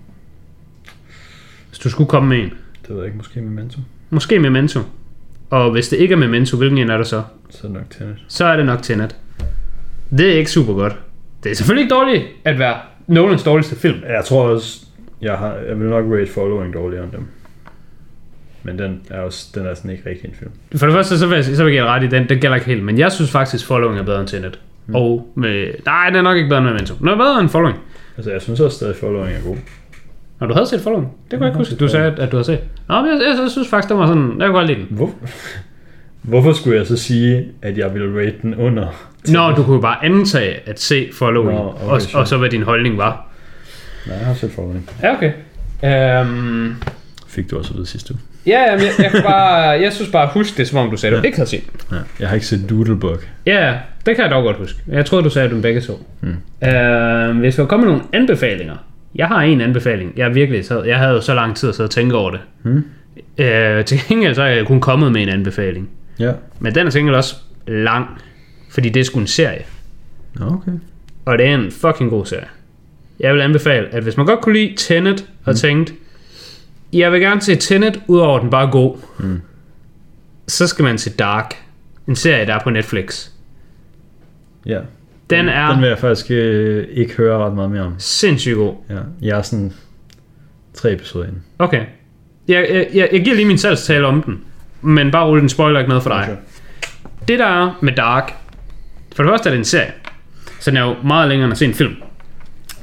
Hvis du skulle komme med en. Det ved jeg ikke, måske Memento. Måske Memento. Og hvis det ikke er Memento, hvilken en er der så? Så er det nok Tenet. Så er det nok Tenet. Det er ikke super godt. Det er selvfølgelig ikke dårligt at være Nolans dårligste film. Jeg tror også, jeg vil nok rate Following dårligere end dem. Men den er sådan ikke rigtig en film. For det første, så vil jeg give ret i den. Den gælder ikke helt. Men jeg synes faktisk, Following er bedre end Tenet. Og nej, den er nok ikke bedre end Memento. Den er bedre end Following. Altså, jeg synes også stadig, Following er god. Når du havde set Following? Det kunne jeg ikke huske. Du sagde, at du havde set. Nå, men jeg synes faktisk, den var sådan... Jeg kunne godt lide den. Hvorfor skulle jeg så sige, at jeg ville rate den under? Nå, du kunne jo bare antage at se Following. Og så hvad din holdning var. Nej, jeg har set Following. Ja, okay. Fik du også ved sidste uge? Ja, jeg synes bare, husk det, som om du sagde, at du ikke havde set. Ja, jeg har ikke set Doodlebug. Ja, det kan jeg dog godt huske. Jeg troede, du sagde, at du begge så. Hvis der kommer nogle anbefalinger. Jeg har en anbefaling. Jeg havde jo så lang tid at sidde og tænke over det. Til gengæld så er jeg kun kommet med en anbefaling. Ja. Men den er til gengæld også lang, fordi det er sgu en serie. Okay. Og det er en fucking god serie. Jeg vil anbefale, at hvis man godt kunne lide Tenet og tænkt, jeg vil gerne se Tenet, udover den bare er god, så skal man se Dark. En serie, der er på Netflix. Ja. Den vil jeg faktisk ikke høre ret meget mere om. Sindssygt god. Ja. Jeg er sådan 3 episoder inde. Okay. Jeg giver lige min salgstale om den, men bare rulle den, spoiler ikke noget for dig. Okay. Det der er med Dark, for det første er det en serie, så den er jo meget længere end at se en film.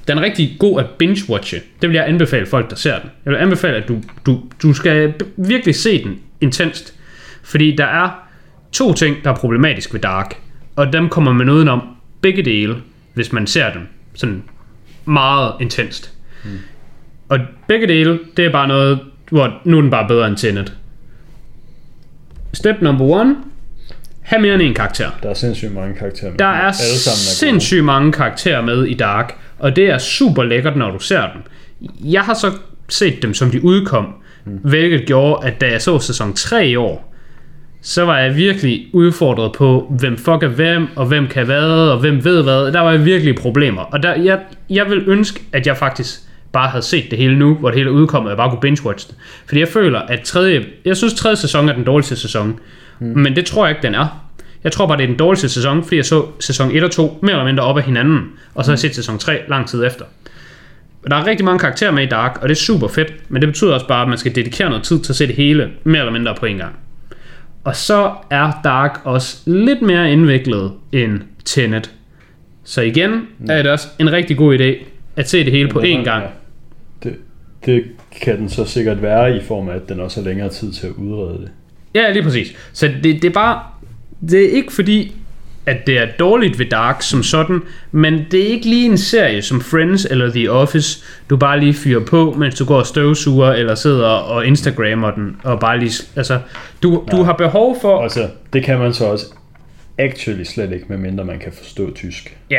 Den er rigtig god at binge-watche. Det vil jeg anbefale folk, der ser den. Jeg vil anbefale, at du skal virkelig se den intenst. Fordi der er 2 ting, der er problematisk ved Dark. Og dem kommer man udenom begge dele, hvis man ser dem sådan meget intenst. Og begge dele, det er bare noget, hvor nu er den bare bedre end Tenet. Step number 1. Ha' mere end en karakter. Der er sindssygt mange karakterer med. Der er sindssygt mange karakterer med i Dark, og det er super lækkert, når du ser dem. Jeg har så set dem, som de udkom, hvilket gjorde, at da jeg så sæson 3 i år, så var jeg virkelig udfordret på, hvem fuck er hvem, og hvem kan hvad, og hvem ved hvad. Der var virkelig problemer. Og jeg vil ønske, at jeg faktisk bare havde set det hele nu, hvor det hele er udkommet, og jeg bare kunne binge-watch det. Fordi jeg føler, at jeg synes 3. sæson er den dårligste sæson. Men det tror jeg ikke, den er. Jeg tror bare, det er den dårligste sæson, fordi jeg så sæson 1 og 2 mere eller mindre op ad hinanden, og så har jeg set sæson 3 lang tid efter. Der er rigtig mange karakterer med i Dark, og det er super fedt, men det betyder også bare, at man skal dedikere noget tid til at se det hele, mere eller mindre på en gang. Og så er Dark også lidt mere indviklet end Tenet. Så igen er det også en rigtig god idé at se det hele på én gang. Det kan den så sikkert være i form af, at den også har længere tid til at udrede det. Ja, lige præcis. Så det er bare... Det er ikke fordi, at det er dårligt ved Dark som sådan, men det er ikke lige en serie som Friends eller The Office, du bare lige fyrer på, mens du går og støvsuger, eller sidder og Instagrammer den, og bare lige... Altså, du har behov for... Altså, det kan man så også actually slet ikke, medmindre man kan forstå tysk. Ja.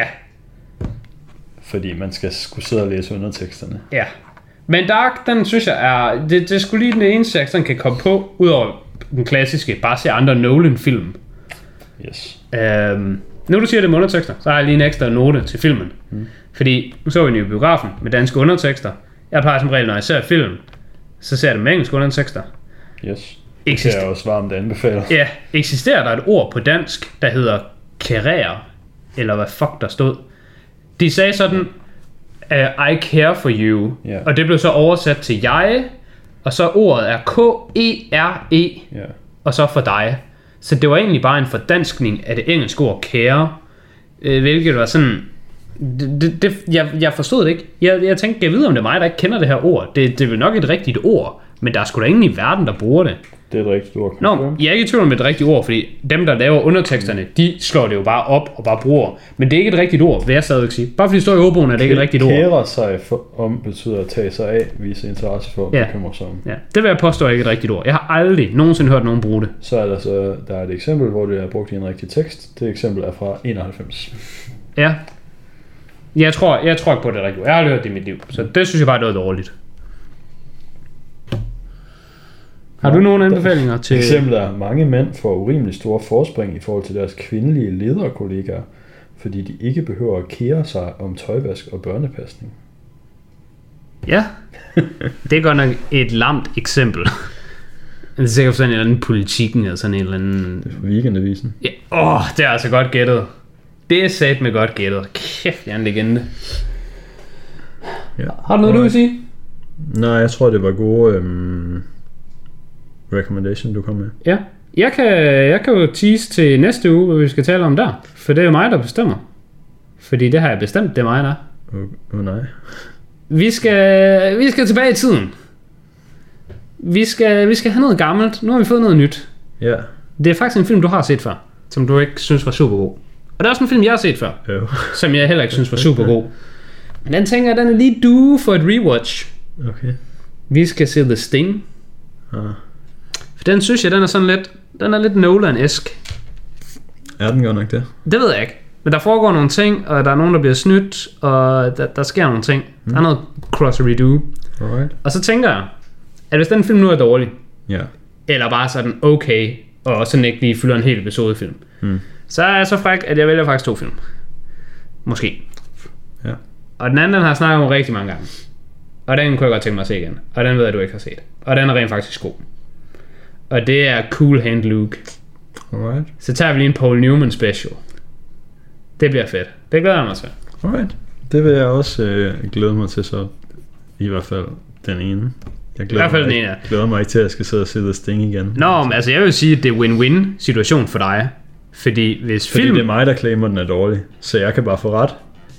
Fordi man skal skulle sidde og læse underteksterne. Ja. Men Dark, den synes jeg er... Det er sgu lige den eneste, jeg sådan kan komme på, udover den klassiske, bare se andre Nolan-film. Yes. Nu du siger det med undertekster, så har jeg lige en ekstra note til filmen. Fordi nu så vi den i biografen med danske undertekster. Jeg plejer som regel, når jeg ser film, så ser jeg det med engelske undertekster. Yes. Det er også varmt anbefaler. Ja, eksisterer der et ord på dansk, der hedder kærere, eller hvad fuck der stod. De sagde sådan, I care for you, og det blev så oversat til jeg, og så ordet er K-E-R-E, og så for dig. Så det var egentlig bare en fordanskning af det engelske ord care, hvilket var sådan... Jeg forstod det ikke. Jeg tænkte, jeg ved om det er mig, der ikke kender det her ord. Det er vel nok et rigtigt ord, men der er sgu da ingen i verden, der bruger det. Det er et rigtigt ord. Nå, jeg er ikke i tvivl om et rigtigt ord, fordi dem, der laver underteksterne, de slår det jo bare op og bare bruger. Men det er ikke et rigtigt ord, vil jeg stadigvæk sige. Bare fordi det står i ordbogen, er det ikke et rigtigt ord. Kære sig om betyder at tage sig af, vise interesse for, bekymre sig om. Ja, det vil jeg påstå er ikke et rigtigt ord. Jeg har aldrig nogensinde hørt nogen bruge det. Så er der er et eksempel, hvor det er brugt i en rigtig tekst. Det eksempel er fra 91. Ja. Jeg tror ikke på det rigtigt ord. Jeg har aldrig hørt det i mit liv, så det synes jeg bare er noget dårligt. Har du nogle anbefalinger til... Eksemplet er, mange mænd får urimelig store forspring i forhold til deres kvindelige lederkollegaer, fordi de ikke behøver at kære sig om tøjvask og børnepasning. Ja, det er godt nok et lamt eksempel. Det er sikkert sådan en eller anden politikken, eller sådan en eller anden... Det er fra Weekendavisen. Ja, det er altså godt gættet. Det er sat med godt gættet. Kæft, jeg er en legende. Ja. Har du noget, du vil sige? Nej, jeg tror, det var gode recommendation, du kom med. Ja, jeg kan jo tease til næste uge, hvad vi skal tale om der. For det er jo mig, der bestemmer. Fordi det har jeg bestemt, det er mig, der. Nej. Vi skal tilbage i tiden. Vi skal have noget gammelt. Nu har vi fået noget nyt. Ja. Det er faktisk en film, du har set før, som du ikke synes var super god. Og det er også en film, jeg har set før, som jeg heller ikke synes var super god. Men den tænker jeg, den er lige due for et rewatch. Okay. Vi skal se The Sting. For den synes jeg, den er lidt Nolan-esk. Er den godt nok det? Det ved jeg ikke. Men der foregår nogle ting, og der er nogen, der bliver snydt, og der sker nogle ting. Der er noget cross-redo. Alright. Og så tænker jeg, at hvis den film nu er dårlig, eller bare sådan okay, og sådan ikke lige fylder en hel episodefilm, så er jeg så fræk, at jeg vælger faktisk 2 film. Måske. Ja. Og den anden, den har jeg snakket om rigtig mange gange. Og den kunne jeg godt tænke mig at se igen. Og den ved jeg, du ikke har set. Og den er rent faktisk god. Og det er Cool Hand Luke. Alright. Så tager vi lige en Paul Newman special. Det bliver fedt. Det glæder jeg mig til. Alright. Det vil jeg også glæde mig til, så i hvert fald den ene. Jeg glæder mig ikke til, at jeg skal sidde og se The Sting igen. Nå, men altså jeg vil sige, at det er win-win situation for dig. Fordi det er mig, der claimer, den er dårlig. Så jeg kan bare få ret.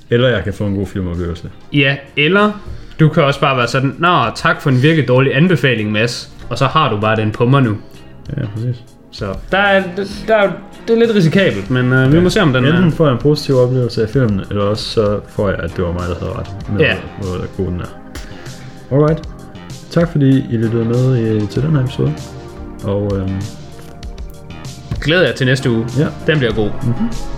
Eller jeg kan få en god filmoplevelse. Ja, eller du kan også bare være sådan, nå, tak for en virkelig dårlig anbefaling, Mads. Og så har du bare den på mig nu. Ja, præcis. Så det er lidt risikabelt, men vi må se om den enten får jeg en positiv oplevelse af filmen, eller også så får jeg, at det var mig, der havde ret med, hvor god den er. Alright. Tak fordi I lyttede med til den her episode. Og glæder jer til næste uge. Ja. Den bliver god. Mm-hmm.